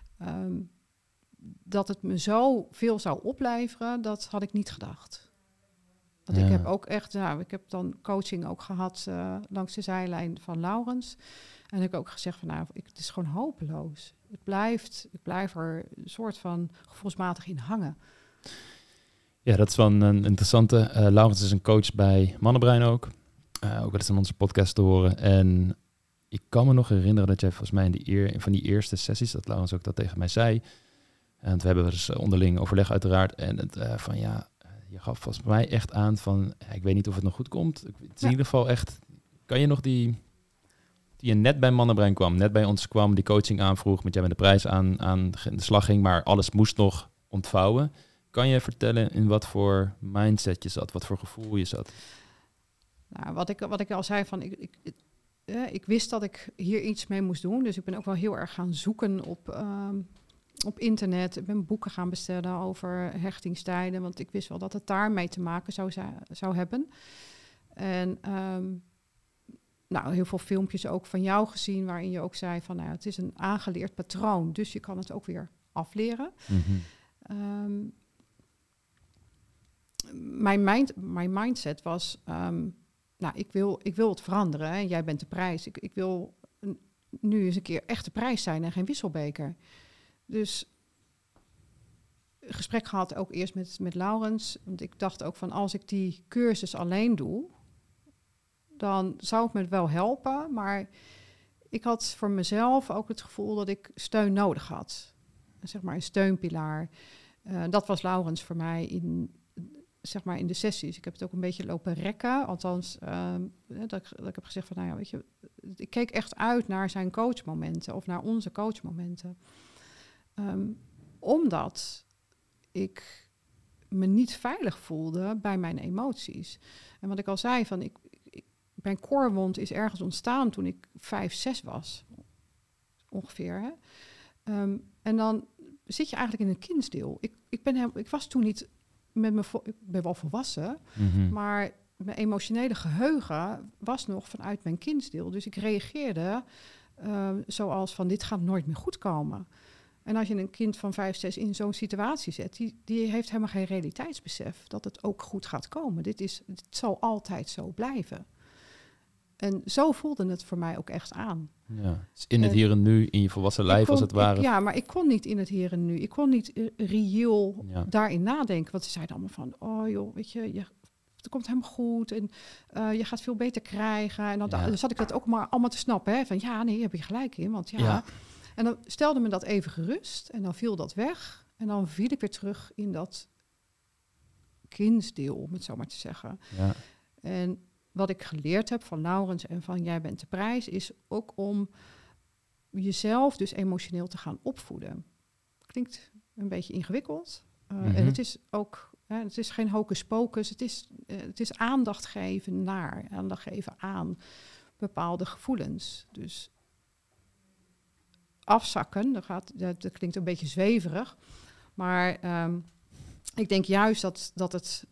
dat het me zo veel zou opleveren, dat had ik niet gedacht. Want ik heb ook echt, ik heb dan coaching ook gehad langs de zijlijn van Laurens. En ik heb ook gezegd van, het is gewoon hopeloos. Ik blijf er een soort van gevoelsmatig in hangen. Ja, dat is wel een interessante. Laurens is een coach bij Mannenbrein ook. Ook wel eens in onze podcast te horen. En ik kan me nog herinneren dat jij volgens mij in van die eerste sessies, dat Laurens ook dat tegen mij zei. En we hebben dus onderling overleg uiteraard. En het je gaf volgens mij echt aan van, ik weet niet of het nog goed komt. Het is in ieder geval echt, kan je nog die je net bij Mannenbrein kwam, net bij ons kwam, die coaching aanvroeg, met jij met de prijs aan de slag ging, maar alles moest nog ontvouwen. Kan je vertellen in wat voor mindset je zat, wat voor gevoel je zat? Nou, wat ik al zei, van ik wist dat ik hier iets mee moest doen. Dus ik ben ook wel heel erg gaan zoeken op internet. Ik ben boeken gaan bestellen over hechtingstijden, want ik wist wel dat het daarmee te maken zou hebben. En heel veel filmpjes ook van jou gezien, waarin je ook zei van, het is een aangeleerd patroon, dus je kan het ook weer afleren. Mm-hmm. Mijn mindset was, ik wil het veranderen. Hè. Jij bent de prijs. Ik wil nu eens een keer echt de prijs zijn en geen wisselbeker. Dus een gesprek gehad ook eerst met Laurens. Want ik dacht ook van, als ik die cursus alleen doe, dan zou het me wel helpen. Maar ik had voor mezelf ook het gevoel dat ik steun nodig had. Zeg maar een steunpilaar. Dat was Laurens voor mij in de sessies. Ik heb het ook een beetje lopen rekken. Althans, dat ik heb gezegd van, weet je, ik keek echt uit naar zijn coachmomenten of naar onze coachmomenten. Omdat ik me niet veilig voelde bij mijn emoties. En wat ik al zei, van mijn koorwond is ergens ontstaan toen ik 5, 6 was. Ongeveer. Hè? En dan zit je eigenlijk in een kindsdeel. Ik was toen niet ik ben wel volwassen, mm-hmm. Maar mijn emotionele geheugen was nog vanuit mijn kindsdeel. Dus ik reageerde zoals van, dit gaat nooit meer goed komen. En als je een kind van 5, 6 in zo'n situatie zet, die heeft helemaal geen realiteitsbesef dat het ook goed gaat komen. Dit zal altijd zo blijven. En zo voelde het voor mij ook echt aan. Ja, dus in het hier en nu, in je volwassen lijf als het ware. Maar ik kon niet in het hier en nu. Ik kon niet reëel daarin nadenken. Want ze zeiden allemaal van, oh joh, weet je, het komt helemaal goed. En je gaat veel beter krijgen. En dan zat ik dat ook maar allemaal te snappen. Hè? Van nee, heb je gelijk in. Want ja. En dan stelde me dat even gerust. En dan viel dat weg. En dan viel ik weer terug in dat kindsdeel, om het zo maar te zeggen. Ja. En wat ik geleerd heb van Laurens en van Jij bent de prijs, is ook om jezelf dus emotioneel te gaan opvoeden. Klinkt een beetje ingewikkeld. Mm-hmm. En het is ook, het is geen hocus pocus. Het is aandacht geven aan bepaalde gevoelens. Dus afzakken, dat klinkt een beetje zweverig. Maar ik denk juist dat het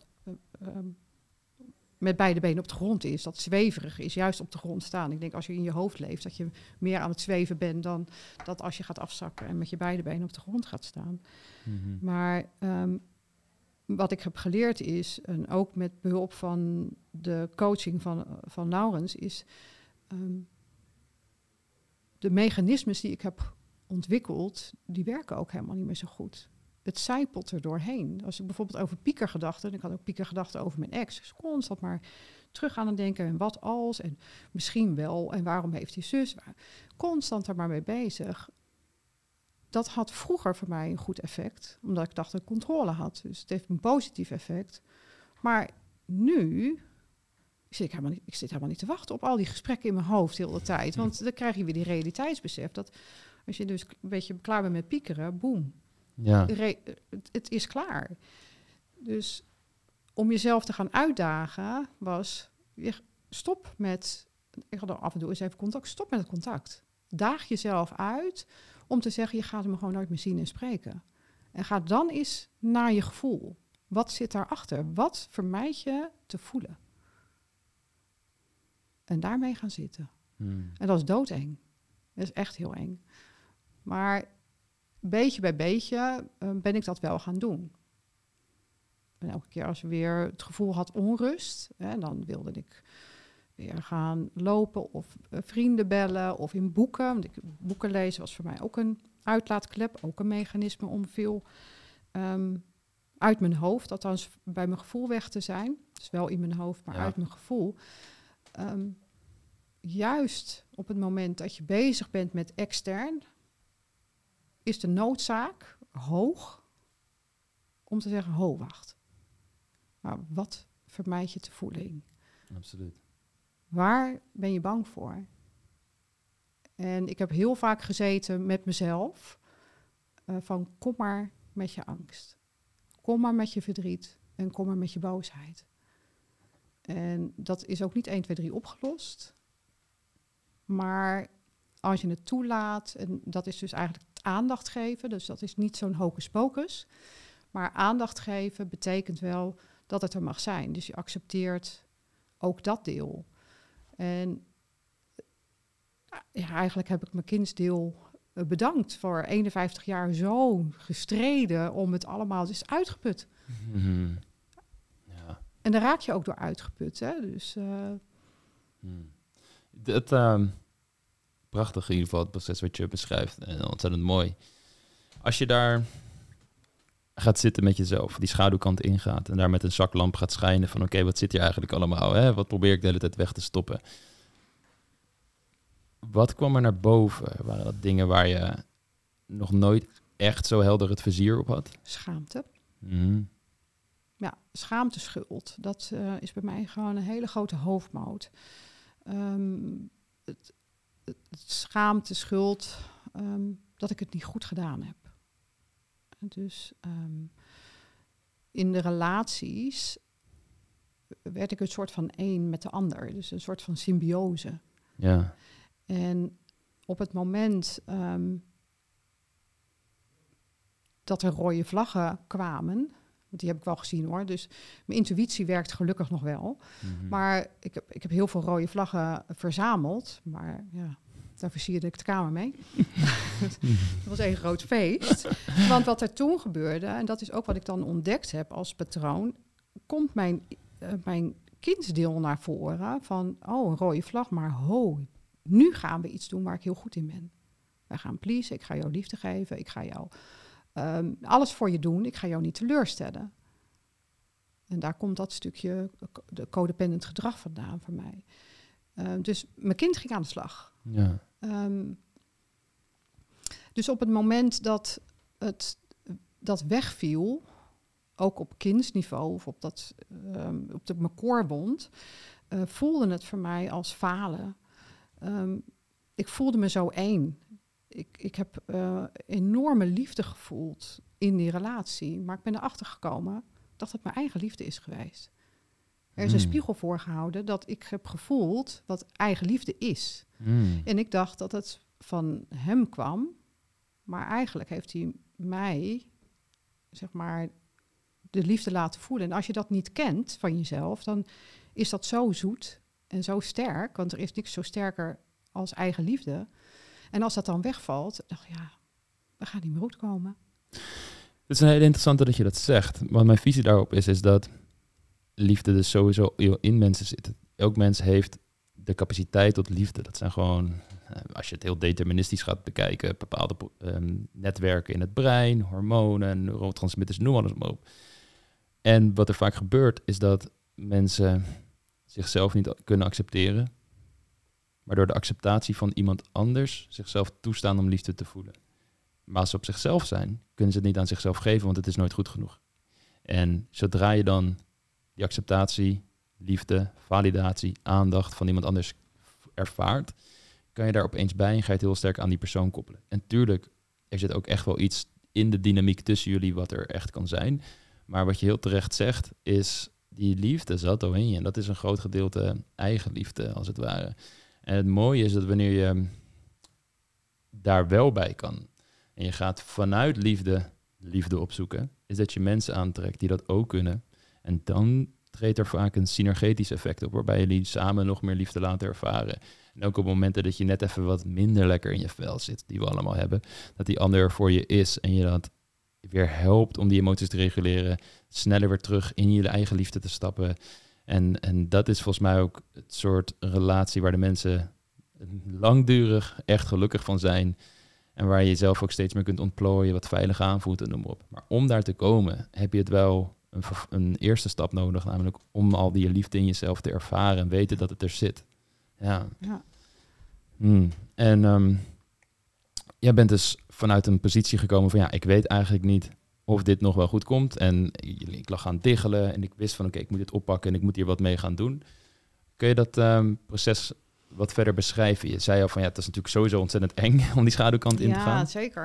met beide benen op de grond is. Dat zweverig is juist op de grond staan. Ik denk als je in je hoofd leeft, dat je meer aan het zweven bent dan dat als je gaat afzakken en met je beide benen op de grond gaat staan. Mm-hmm. Maar wat ik heb geleerd is, en ook met behulp van de coaching van Laurens, is de mechanismes die ik heb ontwikkeld, die werken ook helemaal niet meer zo goed. Het zijpelt er doorheen. Als ik bijvoorbeeld over piekergedachten, ik had ook piekergedachten over mijn ex, dus constant maar terug aan het denken en wat als en misschien wel en waarom heeft die zus, constant er maar mee bezig. Dat had vroeger voor mij een goed effect, omdat ik dacht dat ik controle had. Dus het heeft een positief effect. Maar nu zit ik helemaal niet te wachten op al die gesprekken in mijn hoofd de hele tijd. Want dan krijg je weer die realiteitsbesef dat als je dus een beetje klaar bent met piekeren, boem. Ja. Het is klaar. Dus om jezelf te gaan uitdagen was, stop met, ik had af en toe eens even contact, stop met het contact. Daag jezelf uit om te zeggen, je gaat hem gewoon nooit meer zien en spreken. En ga dan eens naar je gevoel. Wat zit daarachter? Wat vermijd je te voelen? En daarmee gaan zitten. En dat is doodeng. Dat is echt heel eng. Maar beetje bij beetje ben ik dat wel gaan doen. En elke keer als je weer het gevoel had onrust, dan wilde ik weer gaan lopen of vrienden bellen of in boeken. Want boeken lezen was voor mij ook een uitlaatklep, ook een mechanisme om veel uit mijn hoofd, althans bij mijn gevoel weg te zijn. Dus wel in mijn hoofd, maar uit mijn gevoel. Juist op het moment dat je bezig bent met extern, is de noodzaak hoog om te zeggen, wacht. Maar wat vermijd je te voelen? Absoluut. Waar ben je bang voor? En ik heb heel vaak gezeten met mezelf van kom maar met je angst. Kom maar met je verdriet en kom maar met je boosheid. En dat is ook niet 1, 2, 3 opgelost. Maar als je het toelaat, en dat is dus eigenlijk het aandacht geven, dus dat is niet zo'n hocus pocus, maar aandacht geven betekent wel dat het er mag zijn. Dus je accepteert ook dat deel. En eigenlijk heb ik mijn kindsdeel bedankt voor 51 jaar zo gestreden om het allemaal. Het is uitgeput. Mm-hmm. Ja. En daar raak je ook door uitgeput. Hè? Dus, prachtig in ieder geval het proces wat je beschrijft. En ontzettend mooi. Als je daar gaat zitten met jezelf, die schaduwkant ingaat en daar met een zaklamp gaat schijnen van oké, wat zit hier eigenlijk allemaal? Hè? Wat probeer ik de hele tijd weg te stoppen? Wat kwam er naar boven? Waren dat dingen waar je nog nooit echt zo helder het vizier op had? Schaamte. Mm-hmm. Ja, schaamte, schuld. Dat is bij mij gewoon een hele grote hoofdmoot. Het schaamte, schuld, dat ik het niet goed gedaan heb. Dus in de relaties werd ik een soort van één met de ander. Dus een soort van symbiose. Ja. En op het moment dat er rode vlaggen kwamen, want die heb ik wel gezien hoor, dus mijn intuïtie werkt gelukkig nog wel. Mm-hmm. Maar ik heb heel veel rode vlaggen verzameld, maar ja, daar versierde ik de kamer mee. Dat was een groot feest. Want wat er toen gebeurde, en dat is ook wat ik dan ontdekt heb als patroon, komt mijn kindsdeel naar voren van, een rode vlag, maar nu gaan we iets doen waar ik heel goed in ben. Wij gaan pleasen, ik ga jou liefde geven, ik ga jou alles voor je doen, ik ga jou niet teleurstellen. En daar komt dat stukje de codependent gedrag vandaan voor mij. Dus mijn kind ging aan de slag. Ja. Dus op het moment dat wegviel, ook op kindsniveau of op de mijn koorbond, voelde het voor mij als falen. Ik voelde me zo één. Ik heb enorme liefde gevoeld in die relatie, maar ik ben erachter gekomen dat het mijn eigen liefde is geweest. Er is een spiegel voorgehouden dat ik heb gevoeld wat eigen liefde is. En ik dacht dat het van hem kwam, maar eigenlijk heeft hij mij, zeg maar, de liefde laten voelen. En als je dat niet kent van jezelf, dan is dat zo zoet en zo sterk, want er is niks zo sterker als eigen liefde. En als dat dan wegvalt, dacht ik, dat gaat niet meer goed komen. Het is een hele interessante dat je dat zegt. Want mijn visie daarop is dat liefde dus sowieso in mensen zit. Elk mens heeft de capaciteit tot liefde. Dat zijn gewoon, als je het heel deterministisch gaat bekijken, bepaalde netwerken in het brein, hormonen, neurotransmitters, noem alles maar op. En wat er vaak gebeurt, is dat mensen zichzelf niet kunnen accepteren, maar door de acceptatie van iemand anders zichzelf toestaan om liefde te voelen. Maar als ze op zichzelf zijn, kunnen ze het niet aan zichzelf geven, want het is nooit goed genoeg. En zodra je dan die acceptatie, liefde, validatie, aandacht van iemand anders ervaart, kan je daar opeens bij en ga je het heel sterk aan die persoon koppelen. En tuurlijk, er zit ook echt wel iets in de dynamiek tussen jullie wat er echt kan zijn. Maar wat je heel terecht zegt, is die liefde zat al in je. En dat is een groot gedeelte eigenliefde, als het ware. En het mooie is dat wanneer je daar wel bij kan en je gaat vanuit liefde opzoeken, is dat je mensen aantrekt die dat ook kunnen. En dan treedt er vaak een synergetisch effect op, waarbij jullie samen nog meer liefde laten ervaren. En ook op momenten dat je net even wat minder lekker in je vel zit, die we allemaal hebben, dat die ander er voor je is en je dat weer helpt om die emoties te reguleren, sneller weer terug in je eigen liefde te stappen. En dat is volgens mij ook het soort relatie waar de mensen langdurig echt gelukkig van zijn. En waar je jezelf ook steeds meer kunt ontplooien, wat veilig aanvoelt en noem maar op. Maar om daar te komen, heb je het wel een eerste stap nodig. Namelijk om al die liefde in jezelf te ervaren en weten dat het er zit. Ja. En jij bent dus vanuit een positie gekomen van ik weet eigenlijk niet of dit nog wel goed komt. En ik lag aan het diggelen en ik wist van ik moet dit oppakken en ik moet hier wat mee gaan doen. Kun je dat proces wat verder beschrijven? Je zei al van het is natuurlijk sowieso ontzettend eng om die schaduwkant in te gaan. Ja, zeker.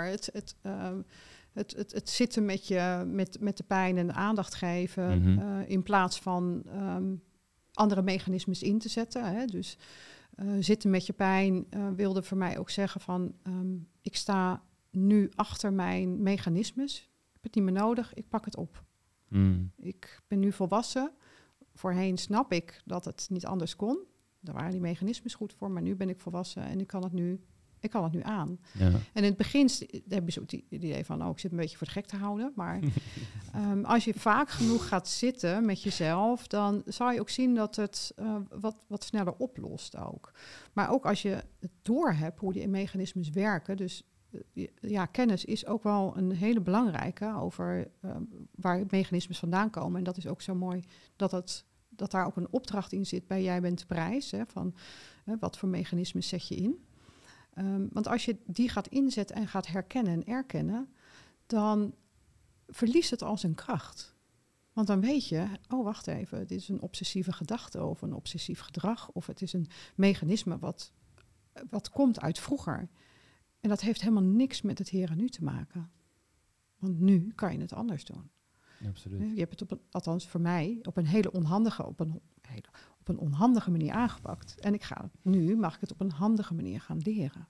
Het zitten met de pijn en de aandacht geven in plaats van andere mechanismes in te zetten. Hè. Dus zitten met je pijn wilde voor mij ook zeggen van ik sta nu achter mijn mechanismes. Ik heb het niet meer nodig, ik pak het op. Ik ben nu volwassen. Voorheen snap ik dat het niet anders kon. Daar waren die mechanismes goed voor, maar nu ben ik volwassen en ik kan het nu aan. Ja. En in het begin heb je zo het idee van, ik zit een beetje voor de gek te houden. Maar als je vaak genoeg gaat zitten met jezelf, dan zal je ook zien dat het wat sneller oplost ook. Maar ook als je het doorhebt hoe die mechanismes werken, dus kennis is ook wel een hele belangrijke over waar mechanismes vandaan komen. En dat is ook zo mooi dat daar ook een opdracht in zit bij Jij bent de prijs. Hè, van wat voor mechanismes zet je in. Want als je die gaat inzetten en gaat herkennen en erkennen, dan verliest het al zijn kracht. Want dan weet je, wacht even, dit is een obsessieve gedachte of een obsessief gedrag, of het is een mechanisme wat komt uit vroeger. En dat heeft helemaal niks met het hier en nu te maken. Want nu kan je het anders doen. Absoluut. Je hebt het althans voor mij op een hele onhandige manier aangepakt. En mag ik het op een handige manier gaan leren.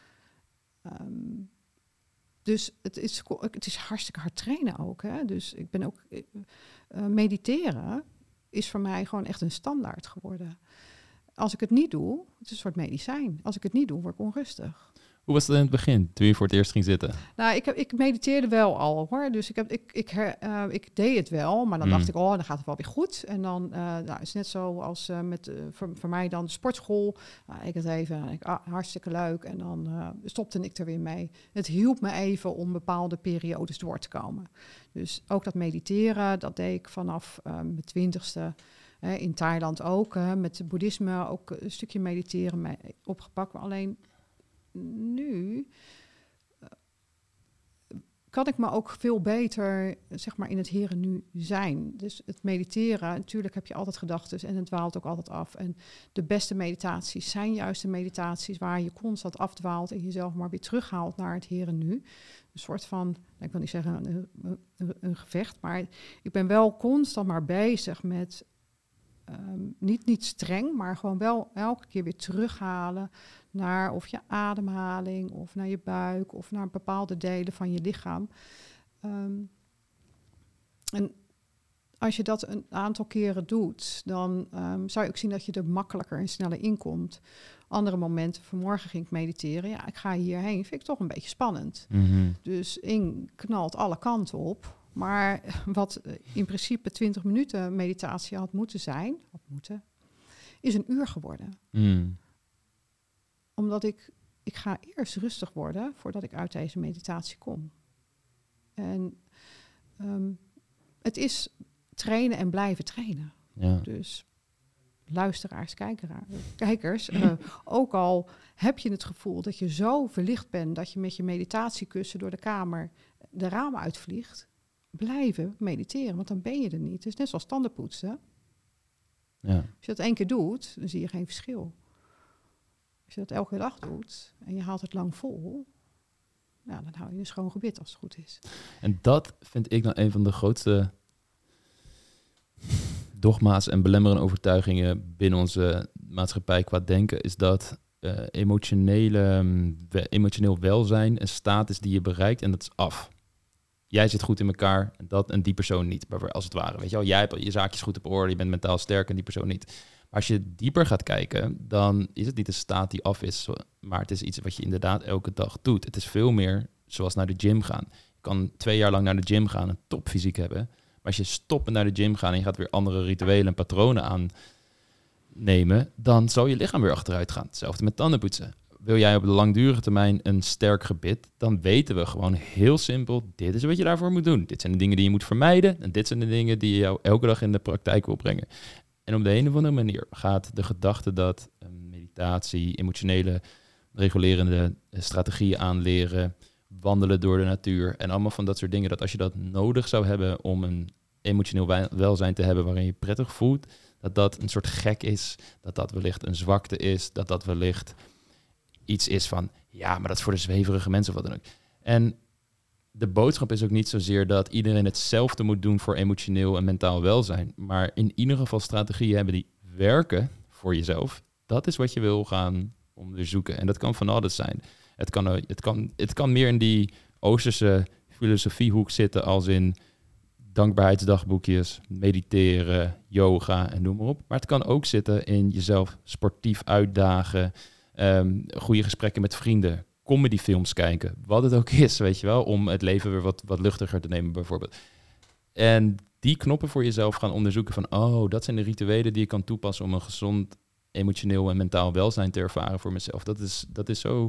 Dus het is hartstikke hard trainen ook. Hè? Dus ik ben ook mediteren is voor mij gewoon echt een standaard geworden. Als ik het niet doe, het is een soort medicijn. Als ik het niet doe, word ik onrustig. Hoe was het in het begin, toen je voor het eerst ging zitten? Nou, ik mediteerde wel al, hoor. Dus ik deed het wel, maar dan dacht ik, dan gaat het wel weer goed. En dan is het net zo als voor mij dan de sportschool. Ik het even, hartstikke leuk. En dan stopte ik er weer mee. Het hielp me even om bepaalde periodes door te komen. Dus ook dat mediteren, dat deed ik vanaf mijn 20ste. In Thailand ook, met het boeddhisme ook een stukje mediteren opgepakt. Maar alleen nu kan ik me ook veel beter, zeg maar, in het hier en nu zijn. Dus het mediteren, natuurlijk heb je altijd gedachten en het dwaalt ook altijd af. En de beste meditaties zijn juist de meditaties waar je constant afdwaalt en jezelf maar weer terughaalt naar het hier en nu. Een soort van, ik wil niet zeggen een gevecht, maar ik ben wel constant maar bezig met niet streng, maar gewoon wel elke keer weer terughalen naar of je ademhaling of naar je buik of naar bepaalde delen van je lichaam. En als je dat een aantal keren doet, dan zou je ook zien dat je er makkelijker en sneller in komt. Andere momenten, vanmorgen ging ik mediteren. Ik ga hierheen, vind ik toch een beetje spannend. Dus knalt alle kanten op. Maar wat in principe 20 minuten meditatie had moeten zijn, is een uur geworden. Omdat ik ga eerst rustig worden voordat ik uit deze meditatie kom. En het is trainen en blijven trainen. Ja. Dus luisteraars, kijkers, ook al heb je het gevoel dat je zo verlicht bent dat je met je meditatiekussen door de kamer de ramen uitvliegt, blijven mediteren, want dan ben je er niet. Het is net zoals tandenpoetsen. Ja. Als je dat 1 keer doet, dan zie je geen verschil. Als je dat elke dag doet en je haalt het lang vol, ja, dan hou je een schoon gebit als het goed is. En dat vind ik nou een van de grootste dogma's en belemmerende overtuigingen binnen onze maatschappij qua denken, is dat emotioneel welzijn een staat is die je bereikt en dat is af. Jij zit goed in elkaar en die persoon niet, als het ware. Weet je wel, jij hebt je zaakjes goed op orde, je bent mentaal sterk en die persoon niet. Maar als je dieper gaat kijken, dan is het niet een staat die af is, maar het is iets wat je inderdaad elke dag doet. Het is veel meer zoals naar de gym gaan. Je kan 2 jaar lang naar de gym gaan en topfysiek hebben. Maar als je stopt met naar de gym gaan en je gaat weer andere rituelen en patronen aannemen, dan zal je lichaam weer achteruit gaan. Hetzelfde met tandenpoetsen. Wil jij op de langdurige termijn een sterk gebit, dan weten we gewoon heel simpel, dit is wat je daarvoor moet doen. Dit zijn de dingen die je moet vermijden en dit zijn de dingen die je jou elke dag in de praktijk wil brengen. En op de een of andere manier gaat de gedachte dat meditatie, emotionele regulerende strategieën aanleren, wandelen door de natuur en allemaal van dat soort dingen, dat als je dat nodig zou hebben om een emotioneel welzijn te hebben waarin je prettig voelt, dat een soort gek is, dat wellicht een zwakte is, dat wellicht iets is van, ja, maar dat is voor de zweverige mensen of wat dan ook. En de boodschap is ook niet zozeer dat iedereen hetzelfde moet doen voor emotioneel en mentaal welzijn, maar in ieder geval strategieën hebben die werken voor jezelf. Dat is wat je wil gaan onderzoeken. En dat kan van alles zijn. Het kan meer in die Oosterse filosofiehoek zitten als in dankbaarheidsdagboekjes, mediteren, yoga en noem maar op. Maar het kan ook zitten in jezelf sportief uitdagen, goede gesprekken met vrienden, comedyfilms kijken, wat het ook is, weet je wel, om het leven weer wat luchtiger te nemen bijvoorbeeld. En die knoppen voor jezelf gaan onderzoeken van, oh, dat zijn de rituelen die ik kan toepassen om een gezond emotioneel en mentaal welzijn te ervaren voor mezelf. Dat is zo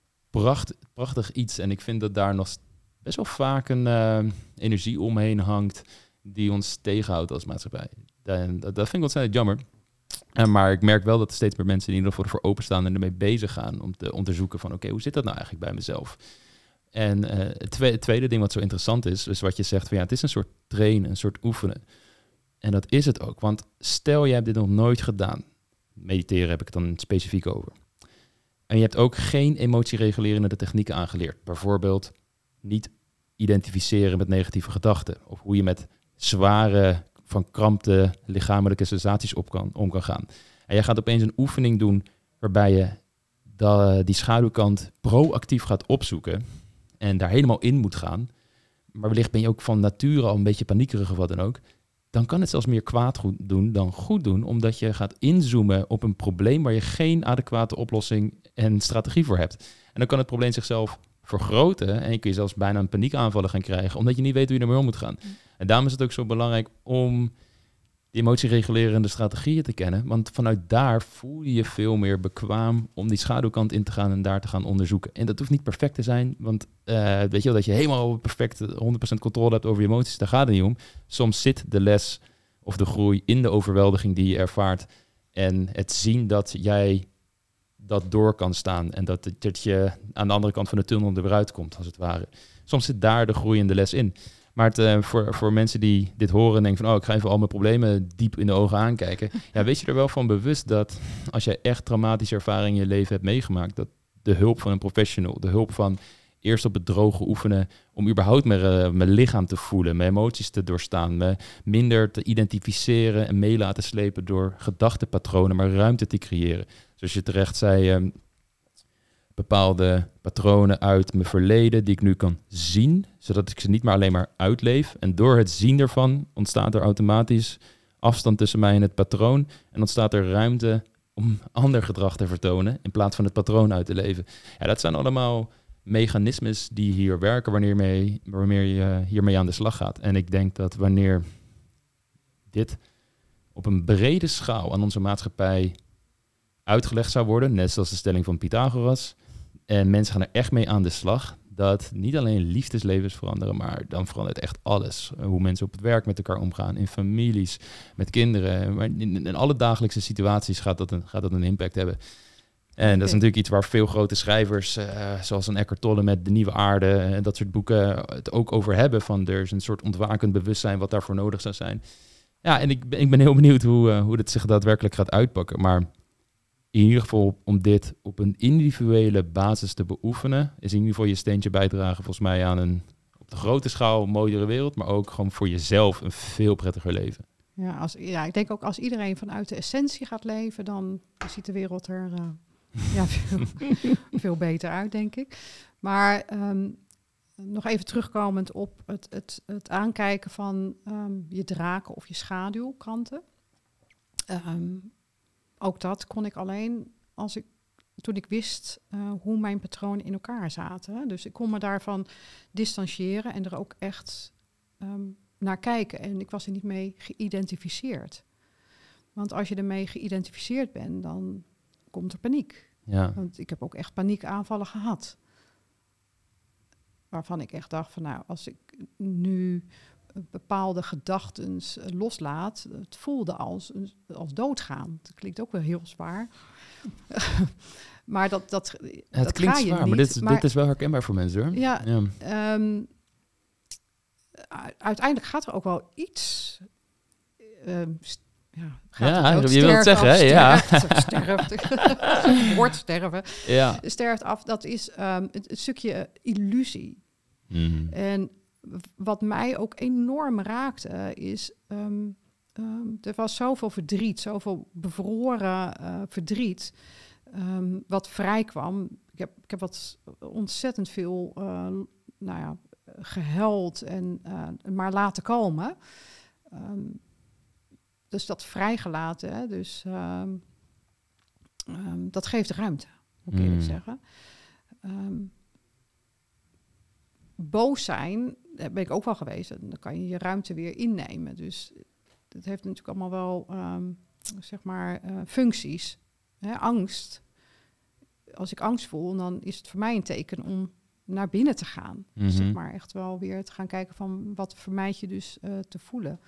prachtig iets. En ik vind dat daar nog best wel vaak een energie omheen hangt die ons tegenhoudt als maatschappij. Dat vind ik ontzettend jammer. Maar ik merk wel dat er steeds meer mensen die ervoor openstaan en ermee bezig gaan om te onderzoeken van oké, hoe zit dat nou eigenlijk bij mezelf? En het tweede ding wat zo interessant is wat je zegt van ja, het is een soort trainen, een soort oefenen. En dat is het ook. Want stel, je hebt dit nog nooit gedaan. Mediteren heb ik het dan specifiek over. En je hebt ook geen emotieregulerende technieken aangeleerd. Bijvoorbeeld niet identificeren met negatieve gedachten. Of hoe je met zware, van krampte lichamelijke sensaties om kan gaan. En jij gaat opeens een oefening doen waarbij je die schaduwkant proactief gaat opzoeken en daar helemaal in moet gaan. Maar wellicht ben je ook van nature al een beetje paniekerig of wat dan ook. Dan kan het zelfs meer kwaad doen dan goed doen, omdat je gaat inzoomen op een probleem waar je geen adequate oplossing en strategie voor hebt. En dan kan het probleem zichzelf vergroten en je kun je zelfs bijna een paniekaanvallen gaan krijgen, omdat je niet weet hoe je ermee om moet gaan. En daarom is het ook zo belangrijk om die emotieregulerende strategieën te kennen, want vanuit daar voel je je veel meer bekwaam om die schaduwkant in te gaan en daar te gaan onderzoeken. En dat hoeft niet perfect te zijn, want weet je wel, dat je helemaal perfect 100% controle hebt over je emoties, daar gaat het niet om. Soms zit de les of de groei in de overweldiging die je ervaart en het zien dat jij dat door kan staan en dat je aan de andere kant van de tunnel eruit komt, als het ware. Soms zit daar de groei in de les in. Maar voor mensen die dit horen en denken van, ik ga even al mijn problemen diep in de ogen aankijken. Ja, wees je er wel van bewust dat als jij echt traumatische ervaringen in je leven hebt meegemaakt, dat de hulp van een professional, de hulp van eerst op het droge oefenen om überhaupt mijn lichaam te voelen, mijn emoties te doorstaan, me minder te identificeren en mee laten slepen door gedachtepatronen, maar ruimte te creëren. Zoals je terecht zei, bepaalde patronen uit mijn verleden die ik nu kan zien, zodat ik ze niet maar alleen maar uitleef. En door het zien ervan ontstaat er automatisch afstand tussen mij en het patroon en ontstaat er ruimte om ander gedrag te vertonen in plaats van het patroon uit te leven. Ja, dat zijn allemaal mechanismes die hier werken wanneer je hiermee aan de slag gaat. En ik denk dat wanneer dit op een brede schaal aan onze maatschappij uitgelegd zou worden, net zoals de stelling van Pythagoras, en mensen gaan er echt mee aan de slag, dat niet alleen liefdeslevens veranderen, maar dan verandert echt alles. Hoe mensen op het werk met elkaar omgaan, in families, met kinderen. Maar in alle dagelijkse situaties gaat dat een impact hebben. En dat is natuurlijk iets waar veel grote schrijvers, zoals een Eckhart Tolle met De Nieuwe Aarde en dat soort boeken, het ook over hebben. Van er is een soort ontwakend bewustzijn wat daarvoor nodig zou zijn. Ja, en ik ben heel benieuwd hoe het zich daadwerkelijk gaat uitpakken. Maar in ieder geval om dit op een individuele basis te beoefenen, is in ieder geval je steentje bijdragen volgens mij aan een op de grote schaal mooiere wereld, maar ook gewoon voor jezelf een veel prettiger leven. Ja, ik denk ook als iedereen vanuit de essentie gaat leven, dan ziet de wereld er veel beter uit, denk ik. Maar nog even terugkomend op het aankijken van je draken of je schaduwkanten. Ook dat kon ik alleen toen ik wist hoe mijn patronen in elkaar zaten. Dus ik kon me daarvan distancieren en er ook echt naar kijken. En ik was er niet mee geïdentificeerd. Want als je ermee geïdentificeerd bent, dan komt er paniek. Ja. Want ik heb ook echt paniekaanvallen gehad. Waarvan ik echt dacht van nou, als ik nu bepaalde gedachten loslaat, het voelde als doodgaan. Dat klinkt ook wel heel zwaar. Maar dat klinkt ga je zwaar, niet. Maar dit is wel herkenbaar voor mensen, hoor. Ja. Uiteindelijk gaat er ook wel iets. Je wilt het zeggen, hè? Ja. Wordt sterven. Ja. Sterft af. Dat is het stukje illusie. Mm. En wat mij ook enorm raakte is, er was zoveel verdriet, zoveel bevroren verdriet, wat vrij kwam. Ik heb wat ontzettend veel gehuild en maar laten komen. Dus dat vrijgelaten, hè? Dus dat geeft ruimte, moet ik eerlijk zeggen. Boos zijn, daar ben ik ook wel geweest. Dan kan je je ruimte weer innemen. Dus dat heeft natuurlijk allemaal wel, functies. Hè, angst. Als ik angst voel, dan is het voor mij een teken om naar binnen te gaan. Mm-hmm. Zeg maar echt wel weer te gaan kijken van wat vermijd je dus te voelen.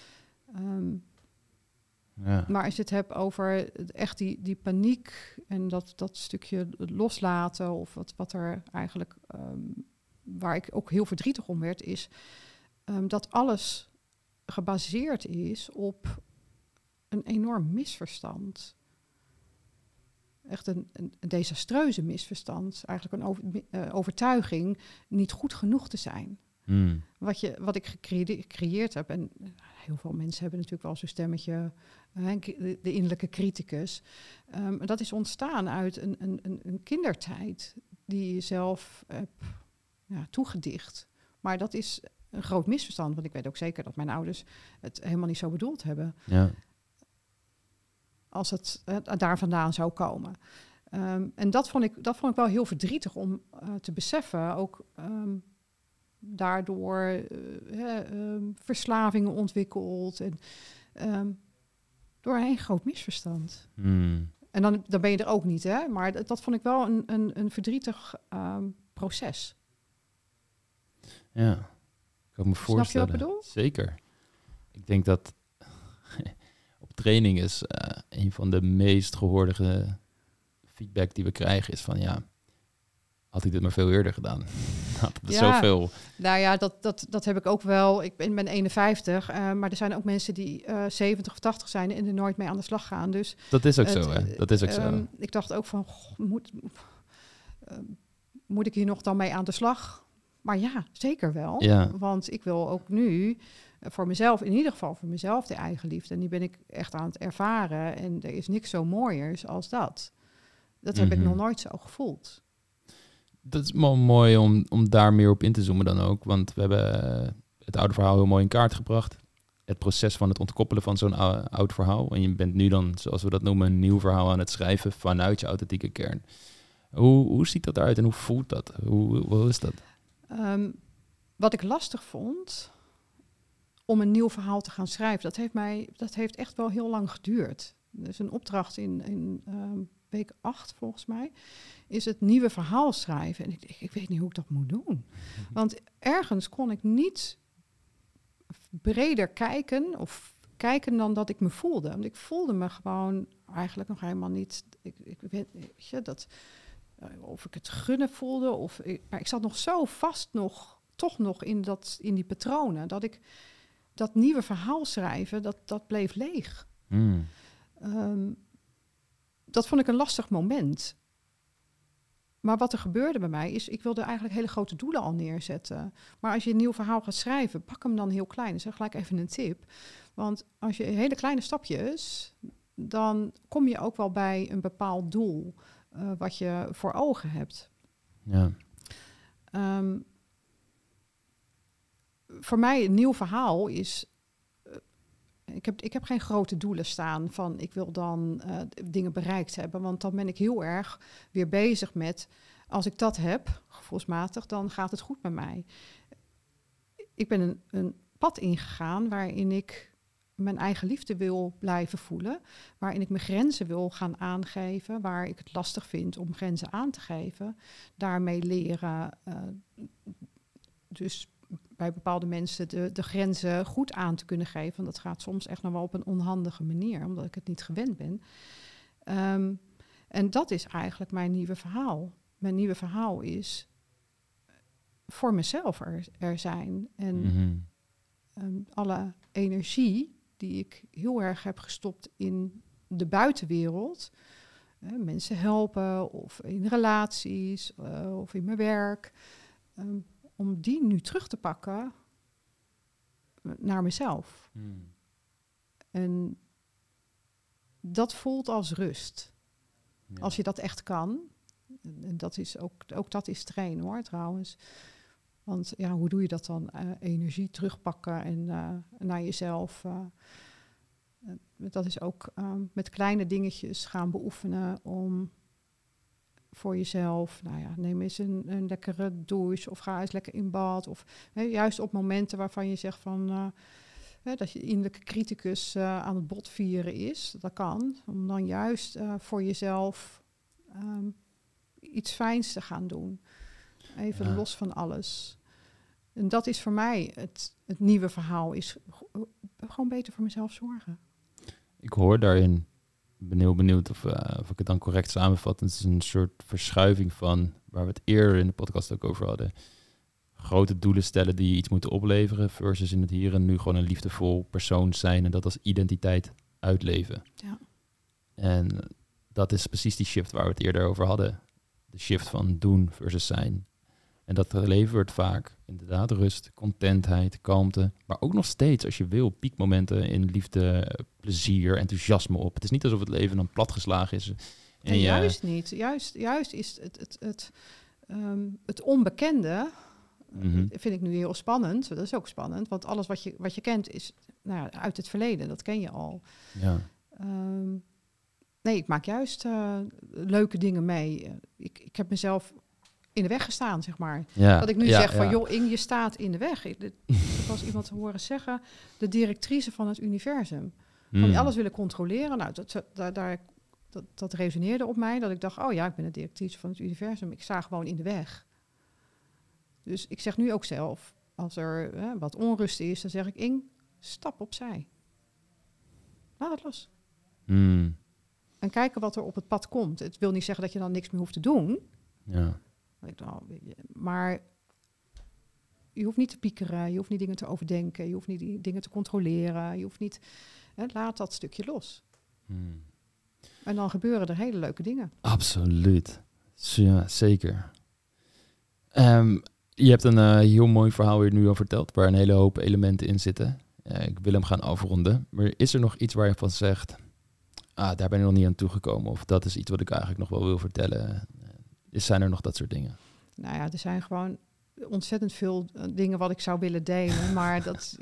Maar als je het hebt over echt die paniek en dat stukje loslaten of wat er eigenlijk, waar ik ook heel verdrietig om werd, is dat alles gebaseerd is op een enorm misverstand. Echt een desastreuze misverstand. Eigenlijk een overtuiging niet goed genoeg te zijn. Mm. Wat ik gecreëerd heb, en heel veel mensen hebben natuurlijk wel zo'n stemmetje, de innerlijke criticus. Dat is ontstaan uit een kindertijd die je zelf hebt toegedicht. Maar dat is een groot misverstand, want ik weet ook zeker dat mijn ouders het helemaal niet zo bedoeld hebben. Ja. Als het daar vandaan zou komen. En dat vond ik wel heel verdrietig om te beseffen. Ook daardoor verslavingen ontwikkeld. En door een groot misverstand. Mm. En dan ben je er ook niet, hè? Maar dat vond ik wel een verdrietig proces. Ja, ik kan me voorstellen. Snap je wat ik bedoel? Zeker. Ik denk dat op training is een van de meest gehoorde feedback die we krijgen is van had ik dit maar veel eerder gedaan. Had het zoveel. Nou ja, dat heb ik ook wel. Ik ben 51, maar er zijn ook mensen die 70 of 80 zijn en er nooit mee aan de slag gaan. Dus dat is ook zo, hè? Dat is ook zo. Ik dacht ook van, moet ik hier nog dan mee aan de slag? Maar ja, zeker wel. Ja. Want ik wil ook nu voor mezelf, in ieder geval voor mezelf, de eigenliefde. En die ben ik echt aan het ervaren. En er is niks zo mooiers als dat. Dat heb ik nog nooit zo gevoeld. Dat is wel mooi om daar meer op in te zoomen dan ook. Want we hebben het oude verhaal heel mooi in kaart gebracht. Het proces van het ontkoppelen van zo'n oud verhaal. En je bent nu dan, zoals we dat noemen, een nieuw verhaal aan het schrijven vanuit je authentieke kern. Hoe ziet dat eruit en hoe voelt dat? Hoe is dat? Wat ik lastig vond om een nieuw verhaal te gaan schrijven, dat heeft echt wel heel lang geduurd. Dus een opdracht in week 8 volgens mij, is het nieuwe verhaal schrijven. En ik weet niet hoe ik dat moet doen. Want ergens kon ik niet breder kijken dan dat ik me voelde. Want ik voelde me gewoon eigenlijk nog helemaal niet. Ik weet je, dat of ik het gunnen voelde maar ik zat nog zo vast toch nog in die patronen dat ik dat nieuwe verhaal schrijven dat bleef leeg. dat vond ik een lastig moment. Maar wat er gebeurde bij mij is, ik wilde eigenlijk hele grote doelen al neerzetten. Maar als je een nieuw verhaal gaat schrijven, pak hem dan heel klein. Dat is gelijk even een tip. Want als je hele kleine stapjes, dan kom je ook wel bij een bepaald doel wat je voor ogen hebt. Ja. Voor mij een nieuw verhaal is... Ik heb geen grote doelen staan van ik wil dan dingen bereikt hebben. Want dan ben ik heel erg weer bezig met... Als ik dat heb, gevoelsmatig, dan gaat het goed met mij. Ik ben een pad ingegaan waarin ik mijn eigen liefde wil blijven voelen. Waarin ik mijn grenzen wil gaan aangeven. Waar ik het lastig vind om grenzen aan te geven. Daarmee leren... dus bij bepaalde mensen de grenzen goed aan te kunnen geven. Want dat gaat soms echt nog wel op een onhandige manier, omdat ik het niet gewend ben. En dat is eigenlijk mijn nieuwe verhaal. Mijn nieuwe verhaal is voor mezelf er zijn. En alle energie die ik heel erg heb gestopt in de buitenwereld... mensen helpen of in relaties of in mijn werk... om die nu terug te pakken naar mezelf. En dat voelt als rust. Ja. Als je dat echt kan. En dat is ook dat is trainen hoor, trouwens. Want ja, hoe doe je dat dan? Energie terugpakken en naar jezelf. Dat is ook met kleine dingetjes gaan beoefenen om... voor jezelf, nou ja, neem eens een lekkere douche of ga eens lekker in bad. Of juist op momenten waarvan je zegt van dat je innerlijke criticus aan het botvieren is. Dat kan, om dan juist voor jezelf iets fijns te gaan doen. Even los van alles. En dat is voor mij het nieuwe verhaal, is gewoon beter voor mezelf zorgen. Ik hoor daarin... Ik ben heel benieuwd of ik het dan correct samenvat. Het is een soort verschuiving van waar we het eerder in de podcast ook over hadden. Grote doelen stellen die je iets moeten opleveren versus in het hier en nu gewoon een liefdevol persoon zijn en dat als identiteit uitleven. Ja. En dat is precies die shift waar we het eerder over hadden. De shift van doen versus zijn. En dat levert vaak inderdaad rust, contentheid, kalmte. Maar ook nog steeds, als je wil, piekmomenten in liefde, plezier, enthousiasme op. Het is niet alsof het leven dan platgeslagen is. En juist niet. Juist is het onbekende, vind ik nu heel spannend. Dat is ook spannend, want alles wat je kent is uit het verleden. Dat ken je al. Ja. Nee, ik maak juist leuke dingen mee. Ik heb mezelf... in de weg gestaan, zeg maar. Ja, dat ik nu zeg van, joh, Inge, je staat in de weg. Ik was iemand te horen zeggen, de directrice van het universum. Van alles willen controleren. Nou, dat resoneerde op mij, dat ik dacht, oh ja, ik ben de directrice van het universum. Ik sta gewoon in de weg. Dus ik zeg nu ook zelf, als er wat onrust is, dan zeg ik, Inge, stap opzij. Laat het los. En kijken wat er op het pad komt. Het wil niet zeggen dat je dan niks meer hoeft te doen. Ja. Maar je hoeft niet te piekeren, je hoeft niet dingen te overdenken, je hoeft niet die dingen te controleren, je hoeft niet... laat dat stukje los. En dan gebeuren er hele leuke dingen. Absoluut. Ja, zeker. Je hebt een heel mooi verhaal hier nu al verteld, waar een hele hoop elementen in zitten. Ik wil hem gaan afronden. Maar is er nog iets waar je van zegt, daar ben ik nog niet aan toegekomen, of dat is iets wat ik eigenlijk nog wel wil vertellen? Zijn er nog dat soort dingen? Nou ja, er zijn gewoon ontzettend veel dingen wat ik zou willen delen. Maar dat,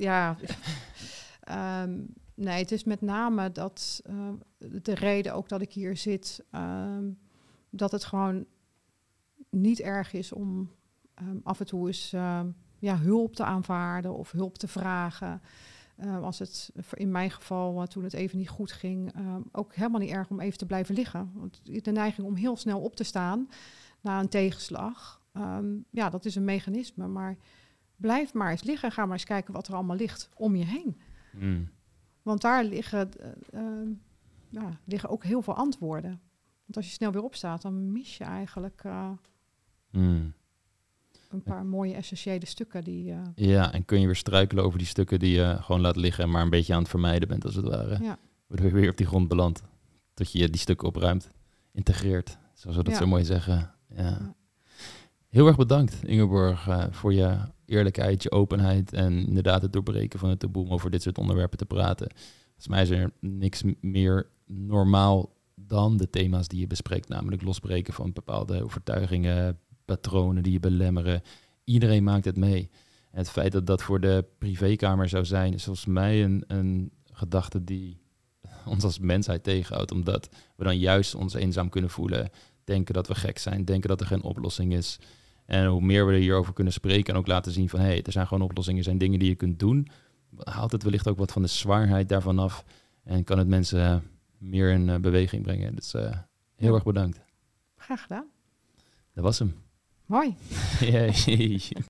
nee, het is met name dat de reden ook dat ik hier zit, dat het gewoon niet erg is om af en toe eens hulp te aanvaarden of hulp te vragen. Als het in mijn geval, toen het even niet goed ging, ook helemaal niet erg om even te blijven liggen. Want de neiging om heel snel op te staan na een tegenslag, dat is een mechanisme. Maar blijf maar eens liggen. Ga maar eens kijken wat er allemaal ligt om je heen. Want daar liggen ook heel veel antwoorden. Want als je snel weer opstaat, dan mis je eigenlijk een paar mooie essentiële stukken die... Ja, en kun je weer struikelen over die stukken die je gewoon laat liggen en maar een beetje aan het vermijden bent, als het ware. Ja. Waardoor je weer op die grond belandt, tot je die stukken opruimt. integreert, zoals we dat Ja. zo mooi zeggen. Ja. Ja. Heel erg bedankt, Ingeborg, voor je eerlijkheid, je openheid en inderdaad het doorbreken van het taboe om over dit soort onderwerpen te praten. Volgens mij is er niks meer normaal dan de thema's die je bespreekt, namelijk losbreken van bepaalde overtuigingen, patronen die je belemmeren. Iedereen maakt het mee. En het feit dat dat voor de privékamer zou zijn, is volgens mij een gedachte die ons als mensheid tegenhoudt, omdat we dan juist ons eenzaam kunnen voelen, denken dat we gek zijn, denken dat er geen oplossing is. En hoe meer we er hierover kunnen spreken en ook laten zien van er zijn gewoon oplossingen, er zijn dingen die je kunt doen, haalt het wellicht ook wat van de zwaarheid daarvan af en kan het mensen meer in beweging brengen. Dus heel erg bedankt. Graag gedaan. Dat was hem. Mooi. Yay.